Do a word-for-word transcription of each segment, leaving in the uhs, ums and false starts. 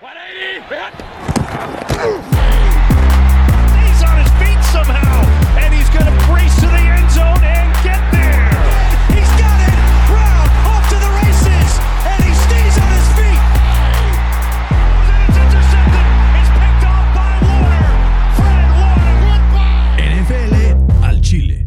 one eighty. He's on his feet somehow, and he's going to brace to the end zone and get there. He's got it. Brown off to the races, and he stays on his feet. It's intercepted. It's picked off by Warner. Fred Warner. N F L al Chile.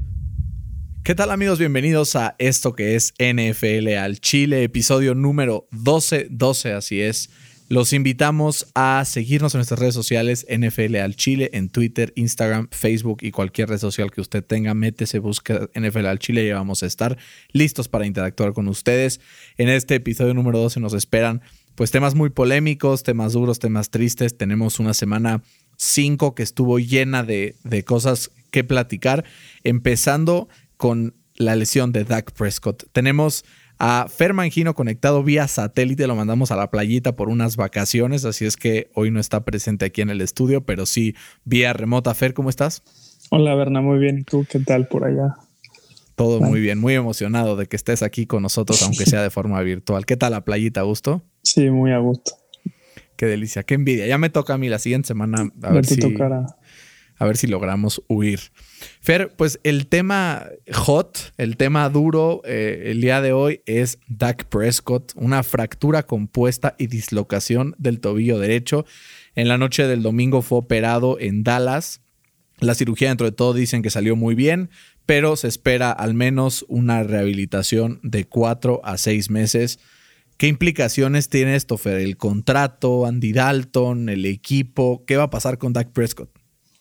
¿Qué tal, amigos? Bienvenidos a esto que es N F L al Chile, episodio número doce, doce, así es. Los invitamos a seguirnos en nuestras redes sociales, N F L al Chile, en Twitter, Instagram, Facebook y cualquier red social que usted tenga. Métese, busca N F L al Chile y vamos a estar listos para interactuar con ustedes. En este episodio número doce nos esperan pues temas muy polémicos, temas duros, temas tristes. Tenemos una semana cinco que estuvo llena de, de cosas que platicar, empezando con la lesión de Dak Prescott. Tenemos a Fer Mangino conectado vía satélite, lo mandamos a la playita por unas vacaciones, así es que hoy no está presente aquí en el estudio, pero sí vía remota. Fer, ¿cómo estás? Hola, Berna, muy bien. ¿Y tú qué tal por allá? Todo Bueno. muy bien, muy emocionado de que estés aquí con nosotros, aunque sea de forma virtual. ¿Qué tal la playita, Augusto? Sí, muy a gusto. Qué delicia, qué envidia. Ya me toca a mí la siguiente semana a Ya ver te si... tocará. A ver si logramos huir. Fer, pues el tema hot, el tema duro eh, el día de hoy es Dak Prescott, una fractura compuesta y dislocación del tobillo derecho. En la noche del domingo fue operado en Dallas. La cirugía, dentro de todo, dicen que salió muy bien, pero se espera al menos una rehabilitación de cuatro a seis meses. ¿Qué implicaciones tiene esto, Fer? El contrato, Andy Dalton, el equipo. ¿Qué va a pasar con Dak Prescott?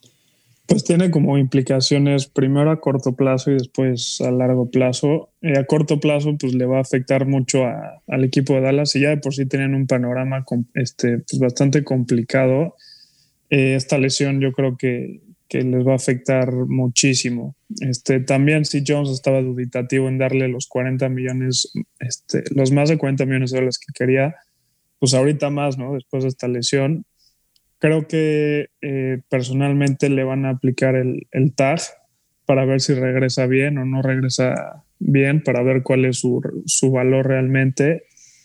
Pues tiene como implicaciones primero a corto plazo y después a largo plazo. Eh, a corto plazo pues le va a afectar mucho a, al equipo de Dallas y ya de por sí tienen un panorama com, este, pues bastante complicado. Eh, esta lesión yo creo que, que les va a afectar muchísimo. Este, también si Jones estaba dubitativo en darle los cuarenta millones, este, los más de cuarenta millones de dólares que quería, pues ahorita más, ¿no? Después de esta lesión. Creo que eh, personalmente le van a aplicar el, el tag para ver si regresa bien o no regresa bien, para ver cuál es su, su valor realmente.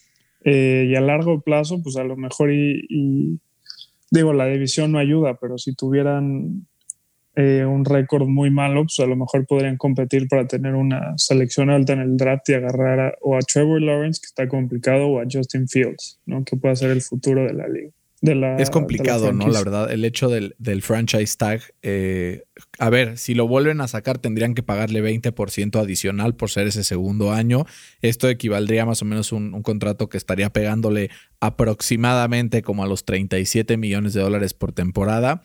Eh, y a largo plazo, pues a lo mejor, y, y digo, la división no ayuda, pero si tuvieran eh, un récord muy malo, pues a lo mejor podrían competir para tener una selección alta en el draft y agarrar a, o a Trevor Lawrence, que está complicado, o a Justin Fields, ¿no? Que puede ser el futuro de la liga. De la, es complicado, la ¿no? La verdad, el hecho del, del franchise tag, eh, a ver, si lo vuelven a sacar tendrían que pagarle veinte por ciento adicional por ser ese segundo año. Esto equivaldría más o menos a un, un contrato que estaría pegándole aproximadamente como a los treinta y siete millones de dólares por temporada.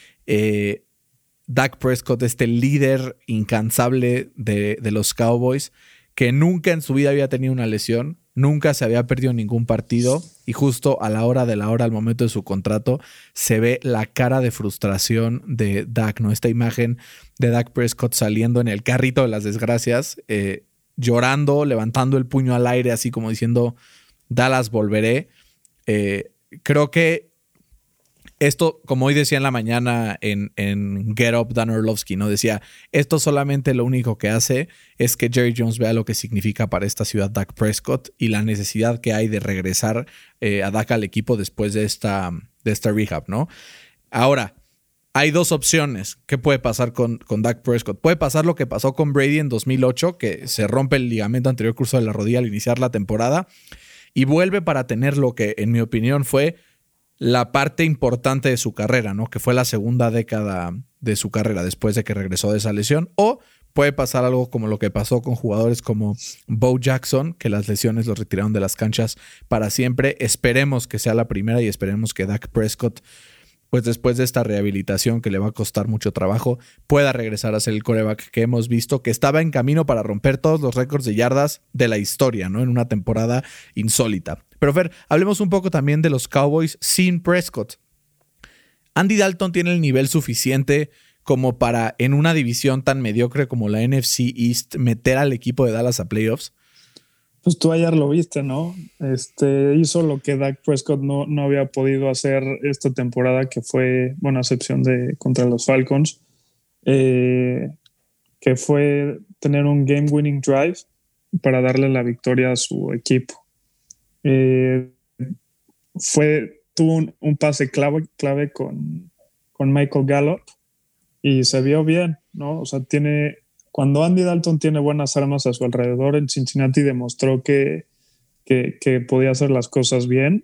Eh, Dak Prescott, este líder incansable de, de los Cowboys, que nunca en su vida había tenido una lesión, nunca se había perdido ningún partido y justo a la hora de la hora, al momento de su contrato, se ve la cara de frustración de Dak, ¿no? Esta imagen de Dak Prescott saliendo en el carrito de las desgracias, eh, llorando, levantando el puño al aire, así como diciendo, Dallas, volveré. Eh, creo que esto, como hoy decía en la mañana en, en Get Up, Dan Orlovsky, ¿no? Decía, esto solamente lo único que hace es que Jerry Jones vea lo que significa para esta ciudad Dak Prescott y la necesidad que hay de regresar eh, a Dak al equipo después de esta, de esta rehab, ¿no? Ahora, hay dos opciones. ¿Qué puede pasar con, con Dak Prescott? Puede pasar lo que pasó con Brady en dos mil ocho, que se rompe el ligamento anterior curso de la rodilla al iniciar la temporada y vuelve para tener lo que, en mi opinión, fue la parte importante de su carrera, ¿no? Que fue la segunda década de su carrera después de que regresó de esa lesión. O puede pasar algo como lo que pasó con jugadores como Bo Jackson, que las lesiones los retiraron de las canchas para siempre. Esperemos que sea la primera y esperemos que Dak Prescott, pues después de esta rehabilitación que le va a costar mucho trabajo, pueda regresar a ser el quarterback que hemos visto, que estaba en camino para romper todos los récords de yardas de la historia, ¿no? En una temporada insólita. Pero Fer, hablemos un poco también de los Cowboys sin Prescott. Andy Dalton tiene el nivel suficiente como para, en una división tan mediocre como la N F C East, meter al equipo de Dallas a playoffs. Pues tú ayer lo viste, ¿no? Este, hizo lo que Dak Prescott no, no había podido hacer esta temporada, que fue, bueno, a excepción de contra los Falcons, eh, que fue tener un game-winning drive para darle la victoria a su equipo. Eh, fue tuvo un, un pase clave, clave con, con Michael Gallup y se vio bien, ¿no? O sea, tiene, cuando Andy Dalton tiene buenas armas a su alrededor, en Cincinnati demostró que, que, que podía hacer las cosas bien.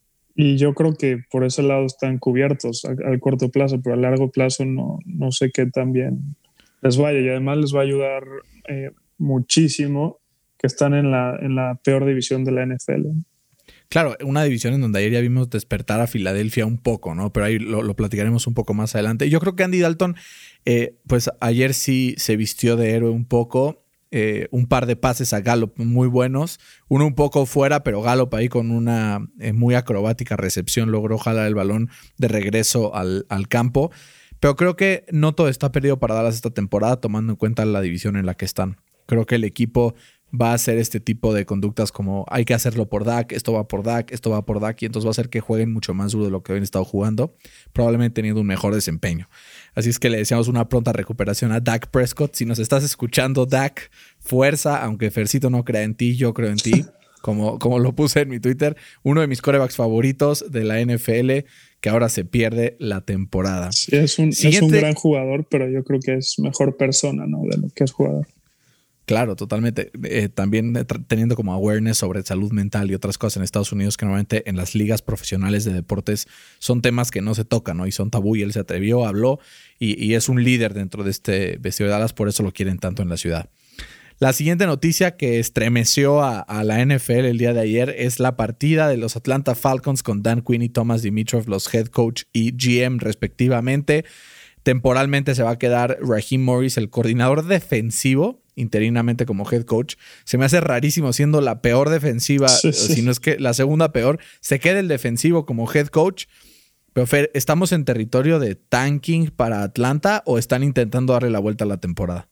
Y yo creo que por ese lado están cubiertos al, al corto plazo, pero a largo plazo no, no sé qué tan bien les vaya. Y además les va a ayudar eh, muchísimo que están en la, en la peor división de la N F L. Claro, una división en donde ayer ya vimos despertar a Filadelfia un poco, ¿no? Pero ahí lo, lo platicaremos un poco más adelante. Yo creo que Andy Dalton, eh, pues ayer sí se vistió de héroe un poco. Eh, un par de pases a Gallup muy buenos, uno un poco fuera, pero Gallup ahí con una eh, muy acrobática recepción logró jalar el balón de regreso al, al campo, pero creo que no todo está perdido para Dallas esta temporada, tomando en cuenta la división en la que están. Creo que el equipo va a hacer este tipo de conductas como hay que hacerlo por Dak, esto va por Dak, esto va por Dak, y entonces va a hacer que jueguen mucho más duro de lo que habían estado jugando, probablemente teniendo un mejor desempeño. Así es que le deseamos una pronta recuperación a Dak Prescott. Si nos estás escuchando, Dak, fuerza, aunque Fercito no crea en ti, yo creo en ti. Como, como lo puse en mi Twitter, uno de mis quarterbacks favoritos de la N F L, que ahora se pierde la temporada. Sí, es un, es un gran jugador, pero yo creo que es mejor persona, ¿no? De lo que es jugador. Claro, totalmente. Eh, también teniendo como awareness sobre salud mental y otras cosas en Estados Unidos que normalmente en las ligas profesionales de deportes son temas que no se tocan, ¿no? Y son tabú, y él se atrevió, habló y, y es un líder dentro de este vestido de Dallas, por eso lo quieren tanto en la ciudad. La siguiente noticia que estremeció a, a la N F L el día de ayer es la partida de los Atlanta Falcons con Dan Quinn y Thomas Dimitroff, los head coach y G M respectivamente. Temporalmente se va a quedar Raheem Morris, el coordinador defensivo, interinamente como head coach. Se me hace rarísimo, siendo la peor defensiva, sí, sí. si no es que la segunda peor, se queda el defensivo como head coach. Pero Fer, ¿estamos en territorio de tanking para Atlanta o están intentando darle la vuelta a la temporada?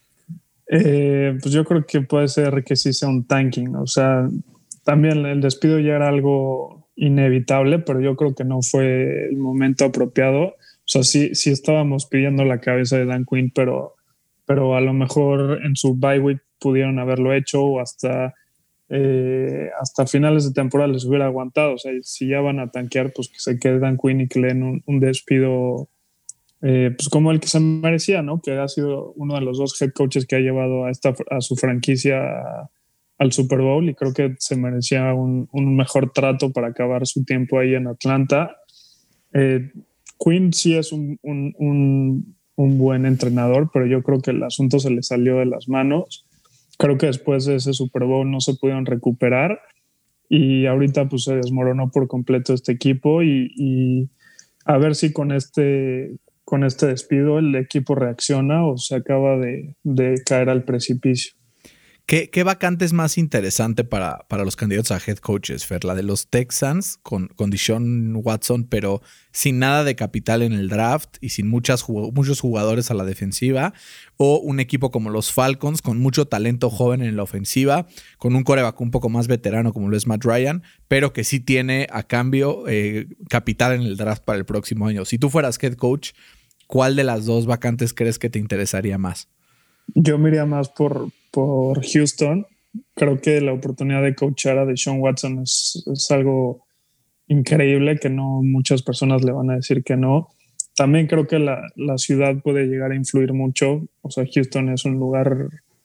Eh, pues yo creo que puede ser que sí sea un tanking. O sea, también el despido ya era algo inevitable, pero yo creo que no fue el momento apropiado. O sea, sí, sí estábamos pidiendo la cabeza de Dan Quinn, pero, pero a lo mejor en su bye week pudieron haberlo hecho o hasta, eh, hasta finales de temporada les hubiera aguantado. O sea, si ya van a tanquear, pues que se quede Dan Quinn y que le den un, un despido eh, pues como el que se merecía, ¿no? Que ha sido uno de los dos head coaches que ha llevado a, esta, a su franquicia a, al Super Bowl, y creo que se merecía un, un mejor trato para acabar su tiempo ahí en Atlanta. Eh, Quinn sí es un, un, un, un buen entrenador, pero yo creo que el asunto se le salió de las manos. Creo que después de ese Super Bowl no se pudieron recuperar y ahorita pues se desmoronó por completo este equipo y, y a ver si con este, con este despido el equipo reacciona o se acaba de, de caer al precipicio. ¿Qué, qué vacante es más interesante para, para los candidatos a head coaches, Fer? ¿La de los Texans con, con Deshaun Watson, pero sin nada de capital en el draft y sin muchas, muchos jugadores a la defensiva? ¿O un equipo como los Falcons con mucho talento joven en la ofensiva, con un quarterback un poco más veterano como lo es Matt Ryan, pero que sí tiene a cambio eh, capital en el draft para el próximo año? Si tú fueras head coach, ¿cuál de las dos vacantes crees que te interesaría más? Yo me iría más por, por Houston. Creo que la oportunidad de coachar a Deshaun Watson es, es algo increíble que no muchas personas le van a decir que no. También creo que la, la ciudad puede llegar a influir mucho. O sea, Houston es un lugar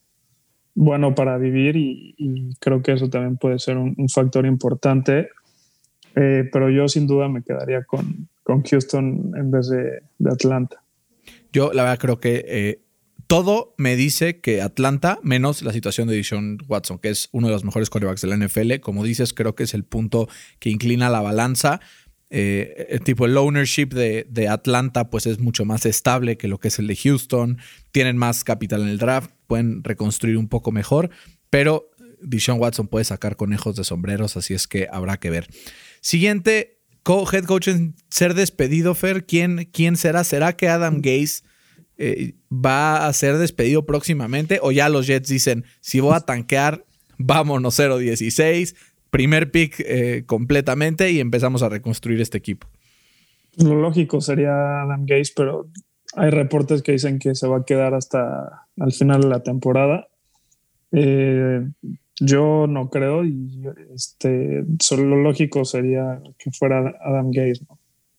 bueno para vivir y, y creo que eso también puede ser un, un factor importante. Eh, pero yo sin duda me quedaría con, con Houston en vez de, de Atlanta. Yo la verdad creo que eh, todo me dice que Atlanta, menos la situación de Deshaun Watson, que es uno de los mejores quarterbacks de la N F L. Como dices, creo que es el punto que inclina la balanza. Eh, el tipo el ownership de, de Atlanta pues es mucho más estable que lo que es el de Houston. Tienen más capital en el draft, pueden reconstruir un poco mejor, pero Deshaun Watson puede sacar conejos de sombreros, así es que habrá que ver. Siguiente co- head coach en ser despedido, Fer. ¿Quién, quién será? ¿Será que Adam Gase eh, va a ser despedido próximamente? ¿O ya los Jets dicen, si voy a tanquear, vámonos cero dieciséis, primer pick eh, completamente y empezamos a reconstruir este equipo? Lo lógico sería Adam Gase, pero hay reportes que dicen que se va a quedar hasta al final de la temporada. Eh, Yo no creo, y este, solo lo lógico sería que fuera Adam Gase, ¿no?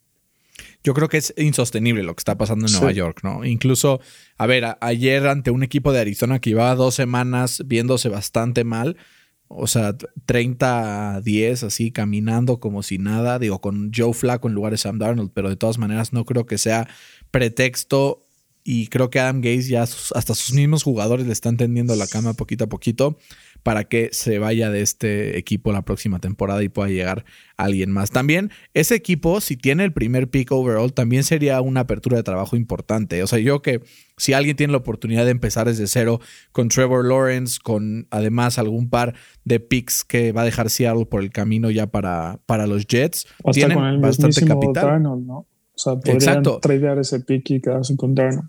Yo creo que es insostenible lo que está pasando en Sí. Nueva York, ¿no? Incluso, a ver, a- ayer ante un equipo de Arizona que llevaba dos semanas viéndose bastante mal, o sea, treinta a diez, así, caminando como si nada, digo, con Joe Flacco en lugar de Sam Darnold, pero de todas maneras no creo que sea pretexto, y creo que Adam Gase ya sus- hasta sus mismos jugadores le están tendiendo la cama poquito a poquito para que se vaya de este equipo la próxima temporada y pueda llegar alguien más. También ese equipo, si tiene el primer pick overall, también sería una apertura de trabajo importante. O sea, yo que si alguien tiene la oportunidad de empezar desde cero con Trevor Lawrence, con además algún par de picks que va a dejar Seattle por el camino ya para, para los Jets, O hasta tienen con el bastante mismísimo capital. Darnold, ¿no? O sea, podrían Exacto. tradear ese pick y quedarse con Darnold.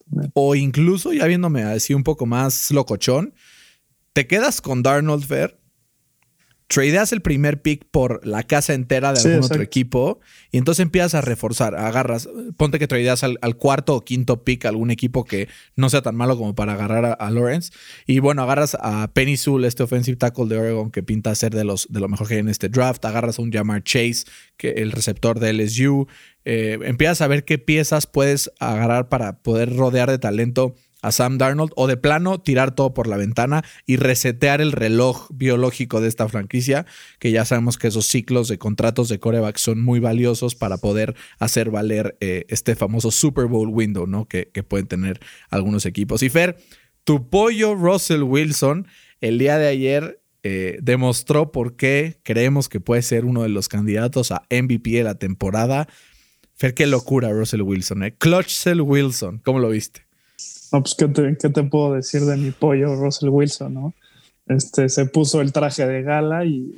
O incluso, ya viéndome así un poco más locochón, te quedas con Darnold, Fer, tradeas el primer pick por la casa entera de Sí, algún exacto. otro equipo y entonces empiezas a reforzar, agarras, ponte que tradeas al, al cuarto o quinto pick a algún equipo que no sea tan malo como para agarrar a, a Lawrence, y bueno, agarras a Penny Sewell, este offensive tackle de Oregon que pinta ser de, los, de lo mejor que hay en este draft, agarras a un Jamar Chase, que el receptor de L S U, eh, empiezas a ver qué piezas puedes agarrar para poder rodear de talento a Sam Darnold, o de plano tirar todo por la ventana y resetear el reloj biológico de esta franquicia, que ya sabemos que esos ciclos de contratos de quarterback son muy valiosos para poder hacer valer eh, este famoso Super Bowl window, ¿no? Que, que pueden tener algunos equipos. Y Fer, tu pollo Russell Wilson el día de ayer eh, demostró por qué creemos que puede ser uno de los candidatos a M V P de la temporada. Fer, qué locura Russell Wilson, ¿eh? Clutchcell Wilson, ¿cómo lo viste? No, pues, ¿qué te, ¿qué te puedo decir de mi pollo Russell Wilson, no? Este, se puso el traje de gala y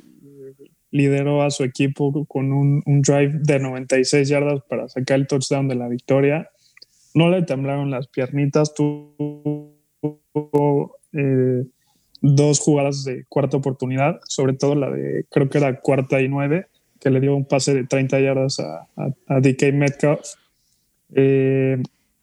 lideró a su equipo con un, un drive de noventa y seis yardas para sacar el touchdown de la victoria. No le temblaron las piernitas, tuvo eh, dos jugadas de cuarta oportunidad, sobre todo la de, creo que era cuarta y nueve, que le dio un pase de treinta yardas a, a, a D K Metcalf. Eh,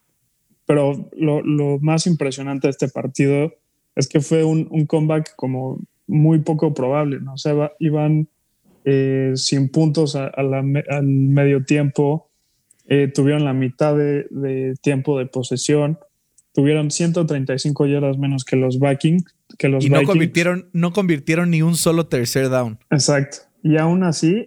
Pero lo, lo más impresionante de este partido es que fue un, un comeback como muy poco probable, ¿no? O sea, va, iban eh, sin puntos a, a la, al medio tiempo, eh, tuvieron la mitad de, de tiempo de posesión, tuvieron ciento treinta y cinco yardas menos que los Vikings. Que los y no Vikings. convirtieron, no convirtieron ni un solo tercer down. Exacto. Y aún así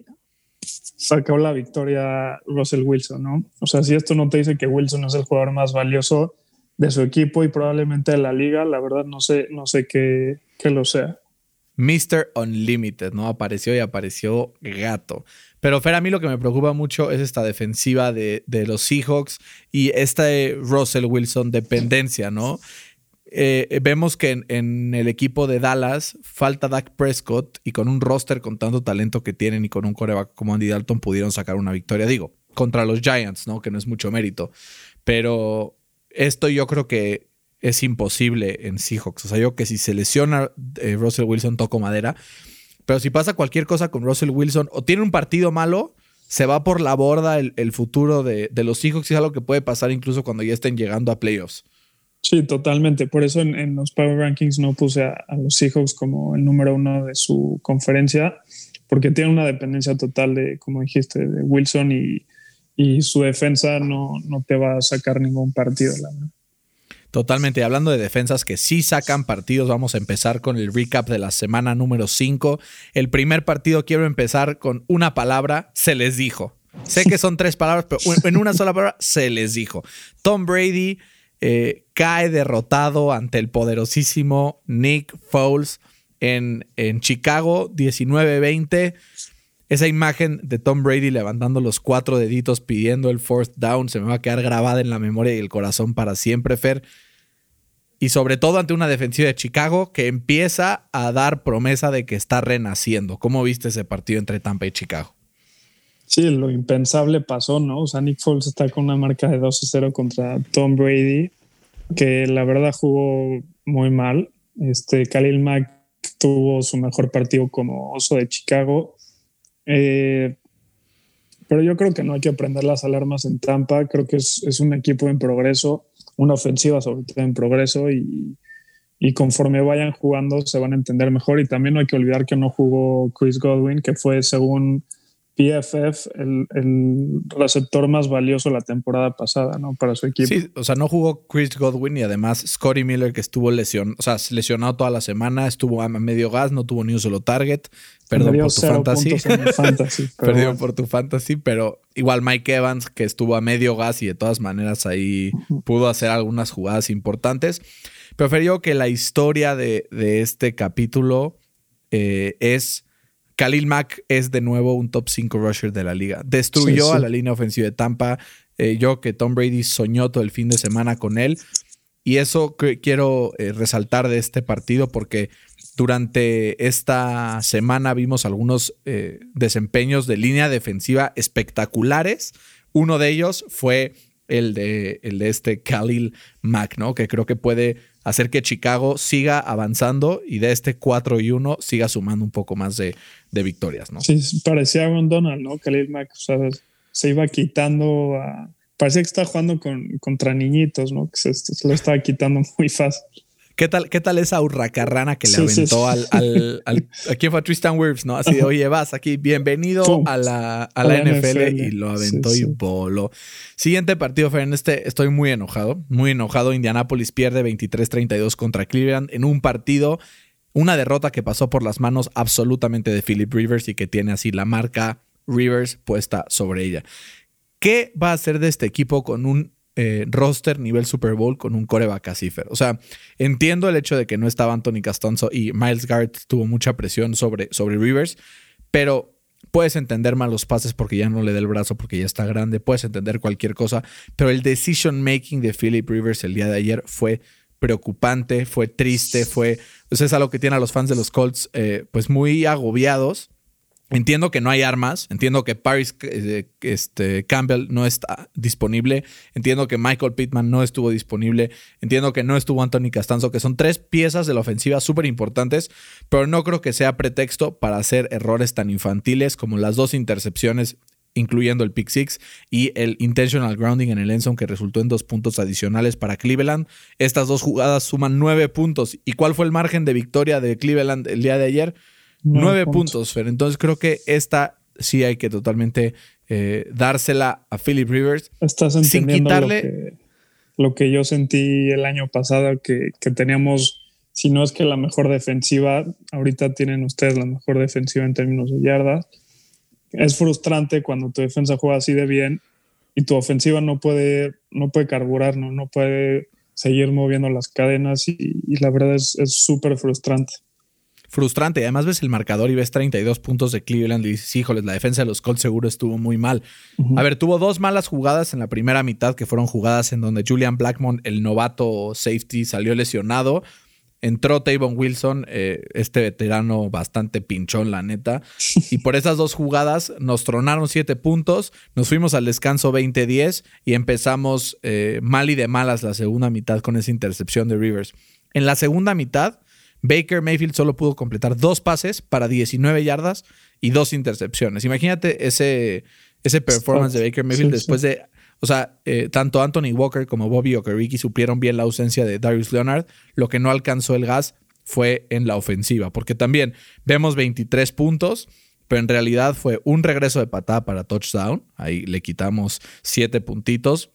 sacó la victoria Russell Wilson, ¿no? O sea, si esto no te dice que Wilson es el jugador más valioso de su equipo y probablemente de la liga, la verdad no sé, no sé qué, qué lo sea. mister Unlimited, ¿no? Apareció y apareció gato. Pero Fer, a mí lo que me preocupa mucho es esta defensiva de, de los Seahawks y esta Russell Wilson dependencia, ¿no? Eh, vemos que en, en el equipo de Dallas falta Dak Prescott, y con un roster con tanto talento que tienen y con un quarterback como Andy Dalton pudieron sacar una victoria, digo, contra los Giants, ¿no? Que no es mucho mérito, pero esto yo creo que es imposible en Seahawks. O sea, yo que si se lesiona eh, Russell Wilson, toco madera, pero si pasa cualquier cosa con Russell Wilson o tiene un partido malo, se va por la borda el, el futuro de, de los Seahawks, y es algo que puede pasar incluso cuando ya estén llegando a playoffs. Sí, totalmente. Por eso en, en los Power Rankings no puse a, a los Seahawks como el número uno de su conferencia, porque tiene una dependencia total de, como dijiste, de Wilson, y, y su defensa no, no te va a sacar ningún partido, la verdad. Totalmente. Y hablando de defensas que sí sacan partidos, vamos a empezar con el recap de la semana número cinco. El primer partido quiero empezar con una palabra: se les dijo. Sé que son tres palabras, pero en una sola palabra, se les dijo. Tom Brady Eh, cae derrotado ante el poderosísimo Nick Foles en, en Chicago, diecinueve veinte. Esa imagen de Tom Brady levantando los cuatro deditos pidiendo el fourth down se me va a quedar grabada en la memoria y el corazón para siempre, Fer. Y sobre todo ante una defensiva de Chicago que empieza a dar promesa de que está renaciendo. ¿Cómo viste ese partido entre Tampa y Chicago? Sí, lo impensable pasó, ¿no? O sea, Nick Foles está con una marca de dos a cero contra Tom Brady, que la verdad jugó muy mal. Este, Khalil Mack tuvo su mejor partido como oso de Chicago. Eh, pero yo creo que no hay que prender las alarmas en Tampa. Creo que es, es un equipo en progreso, una ofensiva sobre todo en progreso, y, y conforme vayan jugando se van a entender mejor. Y también no hay que olvidar que no jugó Chris Godwin, que fue, según P F F, el, el receptor más valioso la temporada pasada, ¿no? Para su equipo. Sí, o sea, no jugó Chris Godwin y además Scotty Miller, que estuvo lesionado, o sea, lesionado toda la semana, estuvo a medio gas, no tuvo ni un solo target. Perdón por tu fantasy. fantasy Perdió bueno. por tu fantasy, pero igual Mike Evans, que estuvo a medio gas y de todas maneras ahí uh-huh. pudo hacer algunas jugadas importantes. Preferió que la historia de, de este capítulo eh, es Khalil Mack es de nuevo un top cinco rusher de la liga. Destruyó sí, sí. a la línea ofensiva de Tampa. Eh, yo que Tom Brady soñó todo el fin de semana con él. Y eso que quiero eh, resaltar de este partido porque durante esta semana vimos algunos eh, desempeños de línea defensiva espectaculares. Uno de ellos fue el de, el de este Khalil Mack, ¿no? Que creo que puede hacer que Chicago siga avanzando y de este cuatro y uno siga sumando un poco más de, de victorias, ¿no? Sí, parecía Aaron Donald, ¿no? Khalil Mack, o sea, se iba quitando a... Parecía que estaba jugando con, contra niñitos, ¿no? Que se, se lo estaba quitando muy fácil. ¿Qué tal, qué tal esa hurracarrana que le sí, aventó sí, sí. al, al, al... ¿A quién fue? A Tristan Wirfs, ¿no? Así de, oye, vas aquí, bienvenido Pum. a la, a la, a la N F L, N F L y lo aventó sí, y sí. voló. Siguiente partido, Fer, en este estoy muy enojado, muy enojado. Indianapolis pierde veintitrés treinta y dos contra Cleveland en un partido, una derrota que pasó por las manos absolutamente de Philip Rivers y que tiene así la marca Rivers puesta sobre ella. ¿Qué va a hacer de este equipo con un Eh, roster nivel Super Bowl con un quarterback así, Fer? O sea, entiendo el hecho de que no estaba Anthony Castonzo y Myles Garrett tuvo mucha presión sobre, sobre Rivers, pero puedes entender mal los pases porque ya no le da el brazo, porque ya está grande, puedes entender cualquier cosa, pero el decision making de Philip Rivers el día de ayer fue preocupante, fue triste, fue, o sea, es algo que tiene a los fans de los Colts eh, pues muy agobiados. Entiendo que no hay armas, entiendo que Paris eh, este, Campbell no está disponible, entiendo que Michael Pittman no estuvo disponible, entiendo que no estuvo Anthony Castonzo, que son tres piezas de la ofensiva súper importantes, pero no creo que sea pretexto para hacer errores tan infantiles como las dos intercepciones, incluyendo el pick six y el intentional grounding en el end zone que resultó en dos puntos adicionales para Cleveland. Estas dos jugadas suman nueve puntos. ¿Y cuál fue el margen de victoria de Cleveland el día de ayer? Nueve puntos. puntos, Fer. Entonces creo que esta sí hay que totalmente eh, dársela a Philip Rivers. Estás entendiendo sin quitarle... lo, que, lo que yo sentí el año pasado, que, que teníamos, si no es que la mejor defensiva, ahorita tienen ustedes la mejor defensiva en términos de yardas. Es frustrante cuando tu defensa juega así de bien y tu ofensiva no puede, no puede carburar, no, no puede seguir moviendo las cadenas y, y la verdad es súper frustrante. Frustrante. Además ves el marcador y ves treinta y dos puntos de Cleveland y dices, híjoles, la defensa de los Colts seguro estuvo muy mal. Uh-huh. A ver, tuvo dos malas jugadas en la primera mitad que fueron jugadas en donde Julian Blackmon, el novato safety, salió lesionado. Entró Tavon Wilson, eh, este veterano bastante pinchón, la neta. Y por esas dos jugadas nos tronaron siete puntos. Nos fuimos al descanso veinte diez y empezamos eh, mal y de malas la segunda mitad con esa intercepción de Rivers. En la segunda mitad, Baker Mayfield solo pudo completar dos pases para diecinueve yardas y dos intercepciones. Imagínate ese, ese performance de Baker Mayfield sí, después sí. de... O sea, eh, tanto Anthony Walker como Bobby Okereke suplieron bien la ausencia de Darius Leonard. Lo que no alcanzó el gas fue en la ofensiva, porque también vemos veintitrés puntos, pero en realidad fue un regreso de patada para touchdown. Ahí le quitamos siete puntitos.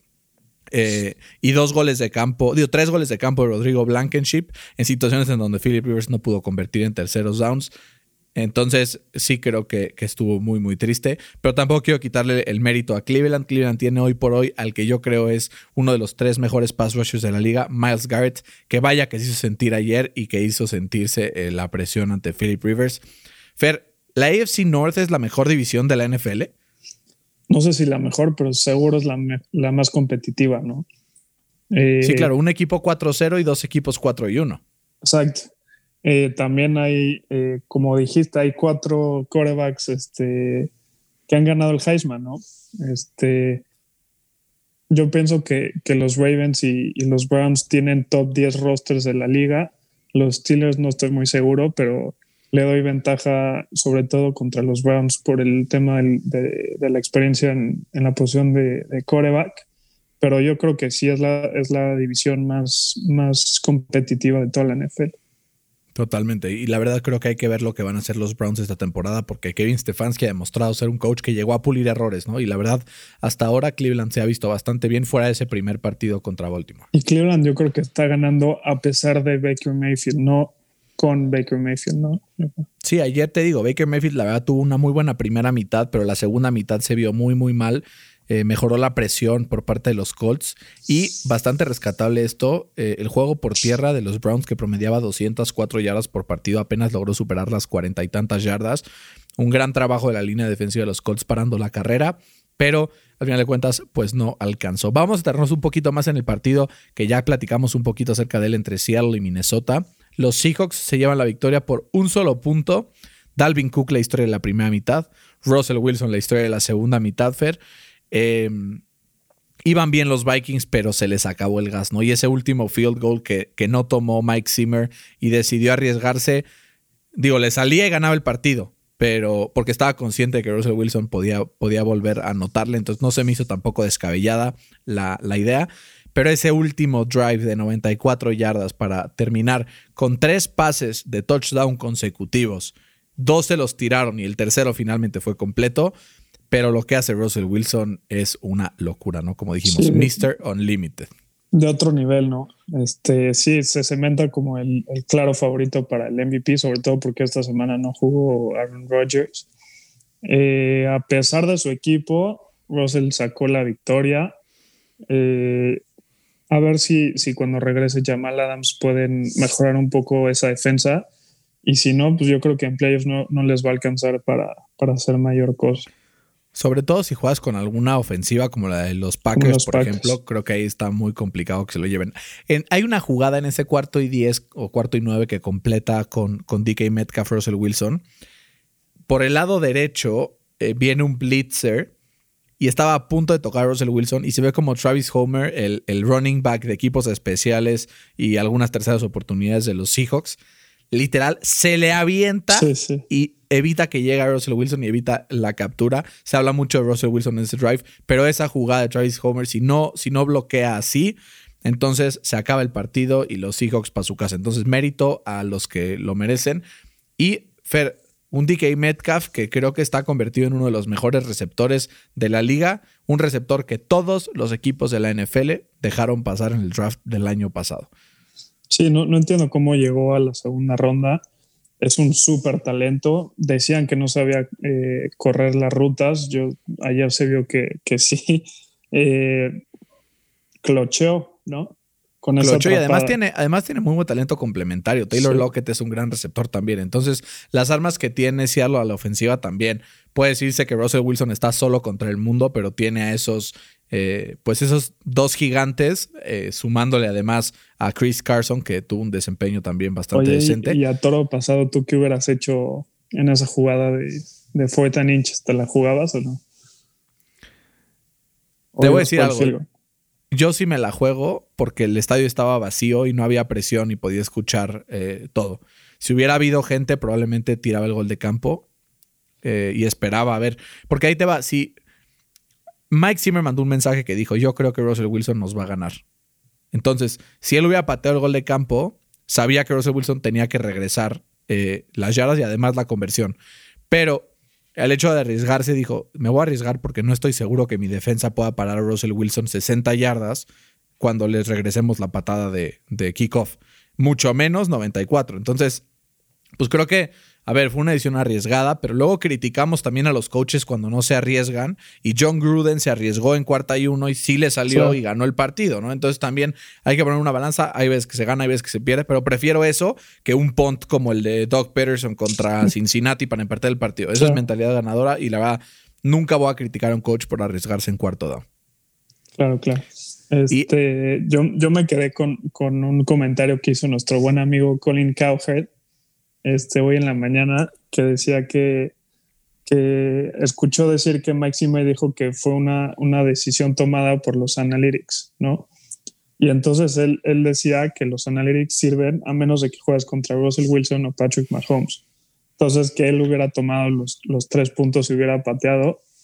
Eh, y dos goles de campo, digo, tres goles de campo de Rodrigo Blankenship en situaciones en donde Philip Rivers no pudo convertir en terceros downs. Entonces sí creo que, que estuvo muy muy triste, pero tampoco quiero quitarle el mérito a Cleveland. Cleveland tiene hoy por hoy al que yo creo es uno de los tres mejores pass rushers de la liga, Myles Garrett, que vaya que se hizo sentir ayer y que hizo sentirse eh, la presión ante Philip Rivers. Fer, ¿la A F C North es la mejor división de la N F L? No sé si la mejor, pero seguro es la, me- la más competitiva, ¿no? Eh, sí, claro, un equipo cuatro cero y dos equipos cuatro y uno. Exacto. Eh, también hay, eh, como dijiste, hay cuatro quarterbacks este, que han ganado el Heisman, ¿no? Este, yo pienso que, que los Ravens y, y los Browns tienen top diez rosters de la liga. Los Steelers no estoy muy seguro, pero le doy ventaja sobre todo contra los Browns por el tema del, de, de la experiencia en, en la posición de, de quarterback. pero yo creo que sí es la, es la división más, más competitiva de toda la N F L. Totalmente. Y la verdad creo que hay que ver lo que van a hacer los Browns esta temporada, porque Kevin Stefanski ha demostrado ser un coach que llegó a pulir errores, ¿no? Y la verdad, hasta ahora Cleveland se ha visto bastante bien fuera de ese primer partido contra Baltimore. Y Cleveland yo creo que está ganando a pesar de Baker Mayfield, no con Baker Mayfield, ¿no? Sí, ayer te digo, Baker Mayfield la verdad tuvo una muy buena primera mitad, pero la segunda mitad se vio muy, muy mal. Eh, mejoró la presión por parte de los Colts y bastante rescatable esto, eh, el juego por tierra de los Browns que promediaba doscientas cuatro yardas por partido apenas logró superar las cuarenta y tantas yardas. Un gran trabajo de la línea defensiva de los Colts parando la carrera, pero al final de cuentas pues no alcanzó. Vamos a estarnos un poquito más en el partido que ya platicamos un poquito acerca de él entre Seattle y Minnesota. Los Seahawks se llevan la victoria por un solo punto. Dalvin Cook la historia de la primera mitad, Russell Wilson la historia de la segunda mitad, Fer. Eh, iban bien los Vikings, pero se les acabó el gas, ¿no? Y ese último field goal que, que no tomó Mike Zimmer y decidió arriesgarse, digo, le salía y ganaba el partido, pero porque estaba consciente de que Russell Wilson podía, podía volver a anotarle, entonces no se me hizo tampoco descabellada la, la idea. Pero ese último drive de noventa y cuatro yardas para terminar con tres pases de touchdown consecutivos, dos se los tiraron y el tercero finalmente fue completo. Pero lo que hace Russell Wilson es una locura, ¿no? Como dijimos, sí, mister Unlimited. De otro nivel, ¿no? Este, sí, se cementa como el, el claro favorito para el M V P, sobre todo porque esta semana no jugó Aaron Rodgers. Eh, a pesar de su equipo, Russell sacó la victoria. Eh, a ver si, si cuando regrese Jamal Adams pueden mejorar un poco esa defensa. Y si no, pues yo creo que en playoffs no, no les va a alcanzar para, para hacer mayor cosa. Sobre todo si juegas con alguna ofensiva como la de los Packers, los por Packers. ejemplo, creo que ahí está muy complicado que se lo lleven. En, hay una jugada en ese cuarto y diez o cuarto y nueve que completa con, con D K Metcalf, Russell Wilson. Por el lado derecho eh, viene un blitzer y estaba a punto de tocar a Russell Wilson y se ve como Travis Homer, el, el running back de equipos especiales y algunas terceras oportunidades de los Seahawks, literal se le avienta sí, sí. y evita que llegue a Russell Wilson y evita la captura. Se habla mucho de Russell Wilson en ese drive, pero esa jugada de Travis Homer, si no, si no bloquea así, entonces se acaba el partido y los Seahawks para su casa. Entonces mérito a los que lo merecen. Y Fer, un D K Metcalf que creo que está convertido en uno de los mejores receptores de la liga, un receptor que todos los equipos de la N F L dejaron pasar en el draft del año pasado. Sí, no, no entiendo cómo llegó a la segunda ronda. Es un súper talento. Decían que no sabía eh, correr las rutas. Yo ayer se vio que, que sí. Eh, clocheó, ¿no? Con esa Clocheó y además tiene, además tiene muy buen talento complementario. Taylor sí. Lockett es un gran receptor también. Entonces, las armas que tiene Seattle a la ofensiva también. Puede decirse que Russell Wilson está solo contra el mundo, pero tiene a esos, eh, pues esos dos gigantes, eh, sumándole además a Chris Carson, que tuvo un desempeño también bastante Oye, decente. Y, y a toro pasado, ¿tú qué hubieras hecho en esa jugada de, de fourth and inches? ¿Te la jugabas o no? ¿O Te voy a decir algo. Field? Yo sí me la juego porque el estadio estaba vacío y no había presión y podía escuchar eh, todo. Si hubiera habido gente, probablemente tiraba el gol de campo eh, y esperaba a ver. Porque ahí te va. Si Mike Zimmer mandó un mensaje que dijo: yo creo que Russell Wilson nos va a ganar. Entonces, si él hubiera pateado el gol de campo, sabía que Russell Wilson tenía que regresar eh, las yardas y además la conversión. Pero el hecho de arriesgarse, dijo: me voy a arriesgar porque no estoy seguro que mi defensa pueda parar a Russell Wilson sesenta yardas cuando les regresemos la patada de, de kickoff. Mucho menos noventa y cuatro. Entonces, pues creo que, a ver, fue una decisión arriesgada, pero luego criticamos también a los coaches cuando no se arriesgan. Y John Gruden se arriesgó en cuarta y uno y sí le salió sí. y ganó el partido, ¿no? Entonces también hay que poner una balanza. Hay veces que se gana, hay veces que se pierde, pero prefiero eso que un punt como el de Doug Peterson contra Cincinnati para empatar el partido. Eso sí. es mentalidad ganadora y la verdad, nunca voy a criticar a un coach por arriesgarse en cuarto down. Claro, claro. Este, y, yo, yo me quedé con, con un comentario que hizo nuestro buen amigo Colin Cowherd este, hoy en la mañana, que decía que, que escuchó decir que Mike Zimmer dijo que fue una, una decisión tomada por los analytics, ¿no? Y entonces él, él decía que los analytics sirven a menos de que juegues contra Russell Wilson o Patrick Mahomes. Entonces que él hubiera tomado los, los tres puntos y hubiera pateado.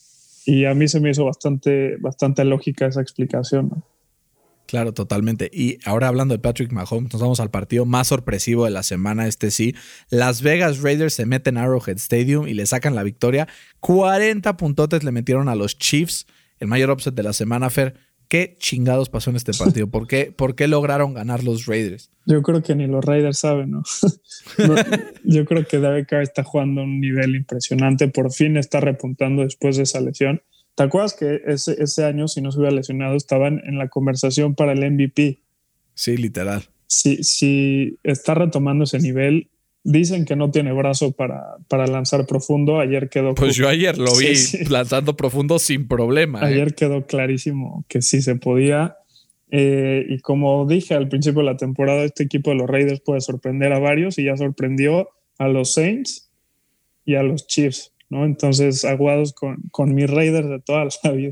Y a mí se me hizo bastante, bastante lógica esa explicación, ¿no? Claro, totalmente. Y ahora hablando de Patrick Mahomes, nos vamos al partido más sorpresivo de la semana, este sí. Las Vegas Raiders se meten a Arrowhead Stadium y le sacan la victoria. cuarenta puntotes le metieron a los Chiefs, el mayor upset de la semana, Fer. ¿Qué chingados pasó en este partido? ¿Por qué, por qué lograron ganar los Raiders? Yo creo que ni los Raiders saben, ¿no? no yo creo que Derek Carr está jugando a un nivel impresionante. Por fin está repuntando después de esa lesión. ¿Te acuerdas que ese, ese año, si no se hubiera lesionado, estaban en la conversación para el M V P? Sí, literal. Si, si está retomando ese nivel, dicen que no tiene brazo para, para lanzar profundo. Ayer quedó... Pues yo ayer lo vi sí, sí. lanzando profundo sin problema. Ayer eh. quedó clarísimo que sí se podía. Eh, y como dije al principio de la temporada, este equipo de los Raiders puede sorprender a varios y ya sorprendió a los Saints y a los Chiefs, ¿no? Entonces, aguados con, con mis Raiders de toda la vida.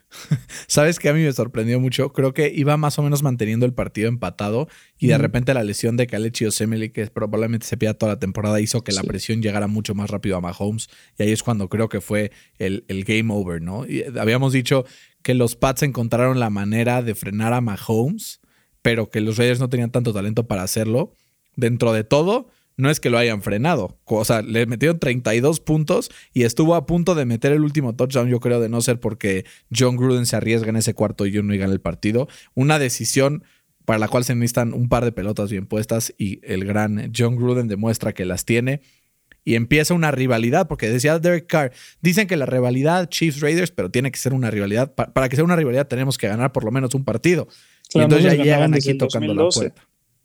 ¿Sabes qué a mí me sorprendió mucho? Creo que iba más o menos manteniendo el partido empatado y de mm. repente la lesión de Kelechi Osemele, que probablemente se pierda toda la temporada, hizo que sí. la presión llegara mucho más rápido a Mahomes y ahí es cuando creo que fue el, el game over, ¿no? Y habíamos dicho que los Pats encontraron la manera de frenar a Mahomes, pero que los Raiders no tenían tanto talento para hacerlo. Dentro de todo, no es que lo hayan frenado. O sea, le metieron treinta y dos puntos y estuvo a punto de meter el último touchdown, yo creo, de no ser porque John Gruden se arriesga en ese cuarto y uno y gana el partido. Una decisión para la cual se necesitan un par de pelotas bien puestas y el gran John Gruden demuestra que las tiene. Y empieza una rivalidad, porque decía Derek Carr, dicen que la rivalidad Chiefs-Raiders, pero tiene que ser una rivalidad. Para, para que sea una rivalidad tenemos que ganar por lo menos un partido. Claro, y entonces ya llegan aquí tocando la puerta.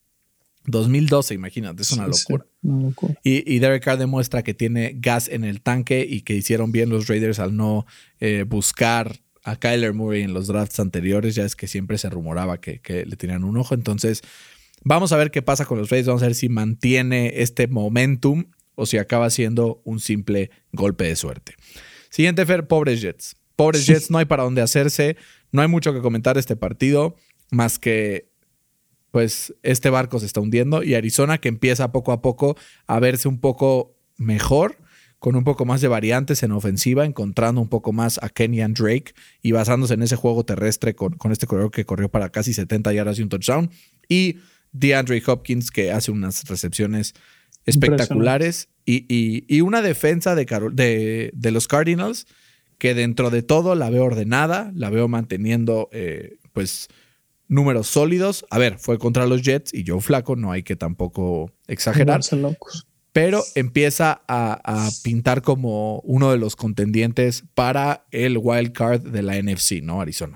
dos mil doce, imagínate, es una sí, locura. Sí, una locura. Y, y Derek Carr demuestra que tiene gas en el tanque y que hicieron bien los Raiders al no eh, buscar a Kyler Murray en los drafts anteriores. Ya es que siempre se rumoraba que, que le tenían un ojo. Entonces, vamos a ver qué pasa con los Raiders. Vamos a ver si mantiene este momentum o si acaba siendo un simple golpe de suerte. Siguiente, Fer, pobres Jets. Pobres Jets, no hay para dónde hacerse. No hay mucho que comentar de este partido, más que pues este barco se está hundiendo y Arizona que empieza poco a poco a verse un poco mejor, con un poco más de variantes en ofensiva, encontrando un poco más a Kenyan Drake y basándose en ese juego terrestre con, con este corredor que corrió para casi setenta yardas y un touchdown. Y DeAndre Hopkins que hace unas recepciones espectaculares y, y, y una defensa de, de, de los Cardinals que dentro de todo la veo ordenada, la veo manteniendo eh, pues números sólidos. A ver, fue contra los Jets y Joe Flacco, no hay que tampoco exagerar. Pero empieza a, a pintar como uno de los contendientes para el wild card de la N F C, ¿no? Arizona.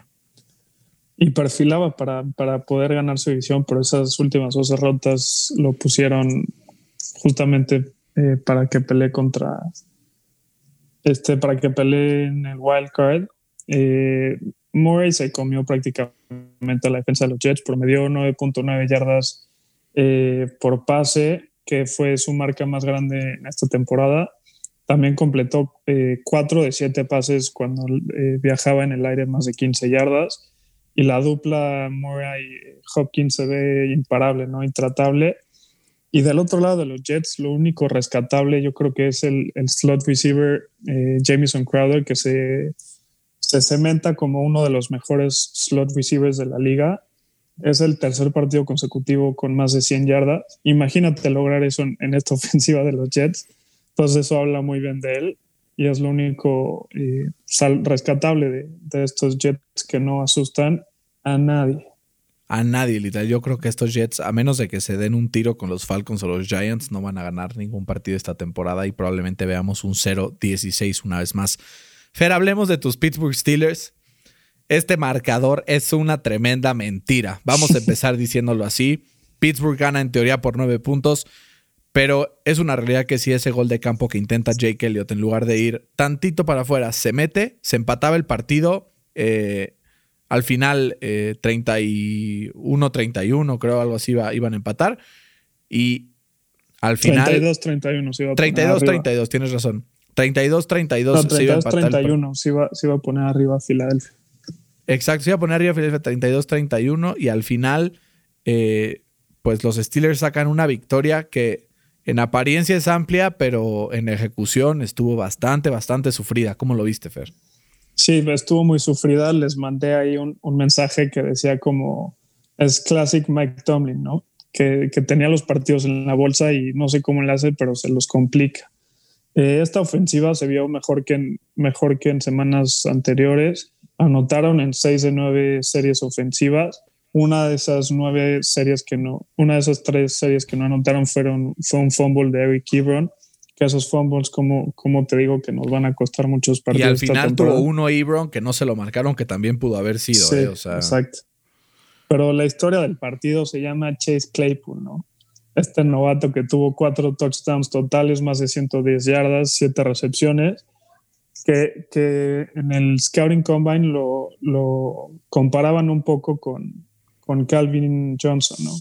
Y perfilaba para, para poder ganar su división, pero esas últimas dos derrotas lo pusieron justamente eh, para que pelee contra este, para que pelee en el wild card. Eh, Murray se comió prácticamente a la defensa de los Jets, promedió nueve punto nueve yardas eh, por pase, que fue su marca más grande en esta temporada. También completó eh, cuatro de siete pases cuando eh, viajaba en el aire más de quince yardas. Y la dupla Murray-Hopkins se ve imparable, ¿no? Intratable. Y del otro lado de los Jets, lo único rescatable yo creo que es el, el slot receiver eh, Jamison Crowder, que se, se cementa como uno de los mejores slot receivers de la liga. Es el tercer partido consecutivo con más de cien yardas. Imagínate lograr eso en, en esta ofensiva de los Jets. Entonces eso habla muy bien de él. Y es lo único eh, sal, rescatable de, de estos Jets que no asustan a nadie. A nadie, literal. Yo creo que estos Jets, a menos de que se den un tiro con los Falcons o los Giants, no van a ganar ningún partido esta temporada y probablemente veamos un cero dieciséis una vez más. Fer, hablemos de tus Pittsburgh Steelers. Este marcador es una tremenda mentira. Vamos a empezar diciéndolo así. Pittsburgh gana en teoría por nueve puntos. Pero es una realidad que si ese gol de campo que intenta Jake Elliott, en lugar de ir tantito para afuera, se mete, se empataba el partido. Eh, al final, eh, treinta y uno treinta y uno, creo, algo así iba, iban a empatar. Y al final... treinta y dos treinta y uno se iba a poner treinta y dos treinta y dos, arriba. Tienes razón. treinta y dos treinta y dos no, se iba a empatar. treinta y uno se iba, se iba a poner arriba a Filadelfia. Exacto, se iba a poner arriba a Filadelfia treinta y dos treinta y uno. Y al final, eh, pues los Steelers sacan una victoria que... En apariencia es amplia, pero en ejecución estuvo bastante, bastante sufrida. ¿Cómo lo viste, Fer? Sí, estuvo muy sufrida. Les mandé ahí un, un mensaje que decía como es classic Mike Tomlin, ¿no? Que, que tenía los partidos en la bolsa y no sé cómo le hace, pero se los complica. Eh, esta ofensiva se vio mejor que, en, mejor que en semanas anteriores. Anotaron en seis de nueve series ofensivas. Una de esas nueve series que no, una de esas tres series que no anotaron fueron, fue un fumble de Eric Ebron. Que esos fumbles, como, como te digo, que nos van a costar muchos partidos. Y al final tuvo uno Ebron que no se lo marcaron, que también pudo haber sido. Sí, eh, o sea. Exacto. Pero la historia del partido se llama Chase Claypool, ¿no? Este novato que tuvo cuatro touchdowns totales, más de ciento diez yardas, siete recepciones, que, que en el Scouting Combine lo, lo comparaban un poco con, con Calvin Johnson, ¿no?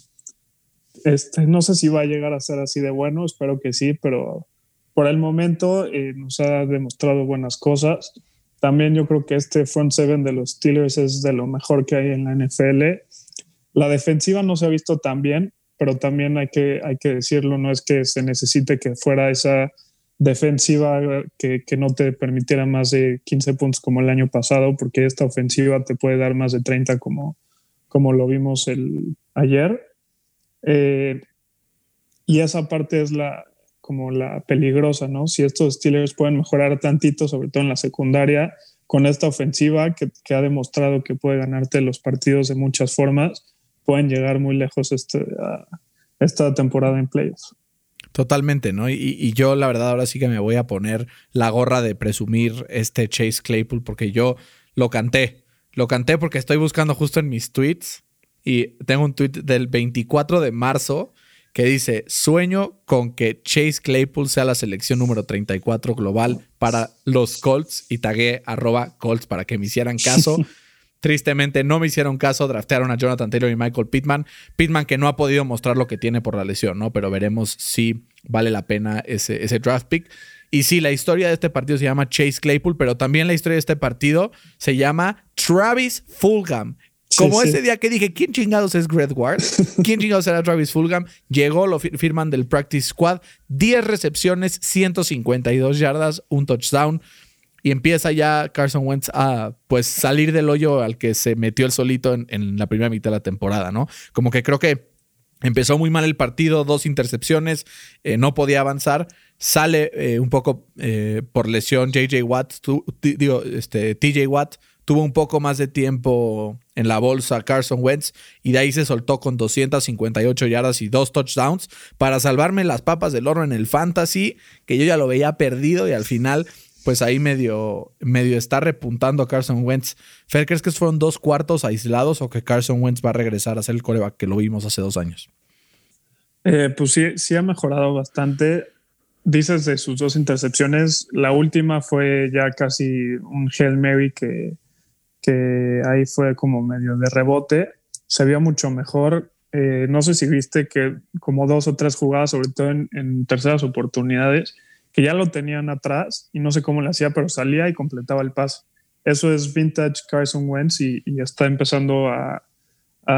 Este, no sé si va a llegar a ser así de bueno, espero que sí, pero por el momento eh, nos ha demostrado buenas cosas. También yo creo que este front seven de los Steelers es de lo mejor que hay en la N F L. La defensiva no se ha visto tan bien, pero también hay que, hay que decirlo, no es que se necesite que fuera esa defensiva que, que no te permitiera más de quince puntos como el año pasado, porque esta ofensiva te puede dar más de treinta como, como lo vimos el, ayer. Eh, y esa parte es la como la peligrosa, ¿no? Si estos Steelers pueden mejorar tantito, sobre todo en la secundaria, con esta ofensiva que, que ha demostrado que puede ganarte los partidos de muchas formas, pueden llegar muy lejos este, a esta temporada en playoffs. Totalmente, ¿no? Y, y yo la verdad ahora sí que me voy a poner la gorra de presumir este Chase Claypool porque yo lo canté. Lo canté porque estoy buscando justo en mis tweets y tengo un tweet del veinticuatro de marzo que dice: sueño con que Chase Claypool sea la selección número treinta y cuatro global para los Colts, y tagué arroba Colts para que me hicieran caso. Tristemente no me hicieron caso, draftearon a Jonathan Taylor y Michael Pittman. Pittman que no ha podido mostrar lo que tiene por la lesión, ¿no? Pero veremos si vale la pena ese, ese draft pick. Y sí, la historia de este partido se llama Chase Claypool, pero también la historia de este partido se llama Travis Fulgham. Como sí, ese sí. día que dije, ¿quién chingados es Greg Ward? ¿Quién chingados era Travis Fulgham? Llegó, lo firman del Practice Squad, diez recepciones, ciento cincuenta y dos yardas, un touchdown. Y empieza ya Carson Wentz a pues salir del hoyo al que se metió el solito en, en la primera mitad de la temporada, ¿no? Como que creo que empezó muy mal el partido, dos intercepciones, eh, no podía avanzar. Sale eh, un poco eh, por lesión J J Watt, tu, t- digo, este, T J Watt. Tuvo un poco más de tiempo en la bolsa Carson Wentz y de ahí se soltó con doscientas cincuenta y ocho yardas y dos touchdowns para salvarme las papas del horno en el fantasy, que yo ya lo veía perdido y al final pues ahí medio, medio está repuntando a Carson Wentz. Fer, ¿crees que fueron dos cuartos aislados o que Carson Wentz va a regresar a ser el quarterback que lo vimos hace dos años? Eh, pues sí, sí ha mejorado bastante. Dices de sus dos intercepciones, la última fue ya casi un Hail Mary que que ahí fue como medio de rebote, se vio mucho mejor. Eh, no sé si viste que como dos o tres jugadas, sobre todo en, en terceras oportunidades, que ya lo tenían atrás y no sé cómo le hacía, pero salía y completaba el pase. Eso es vintage Carson Wentz y, y está empezando a, a,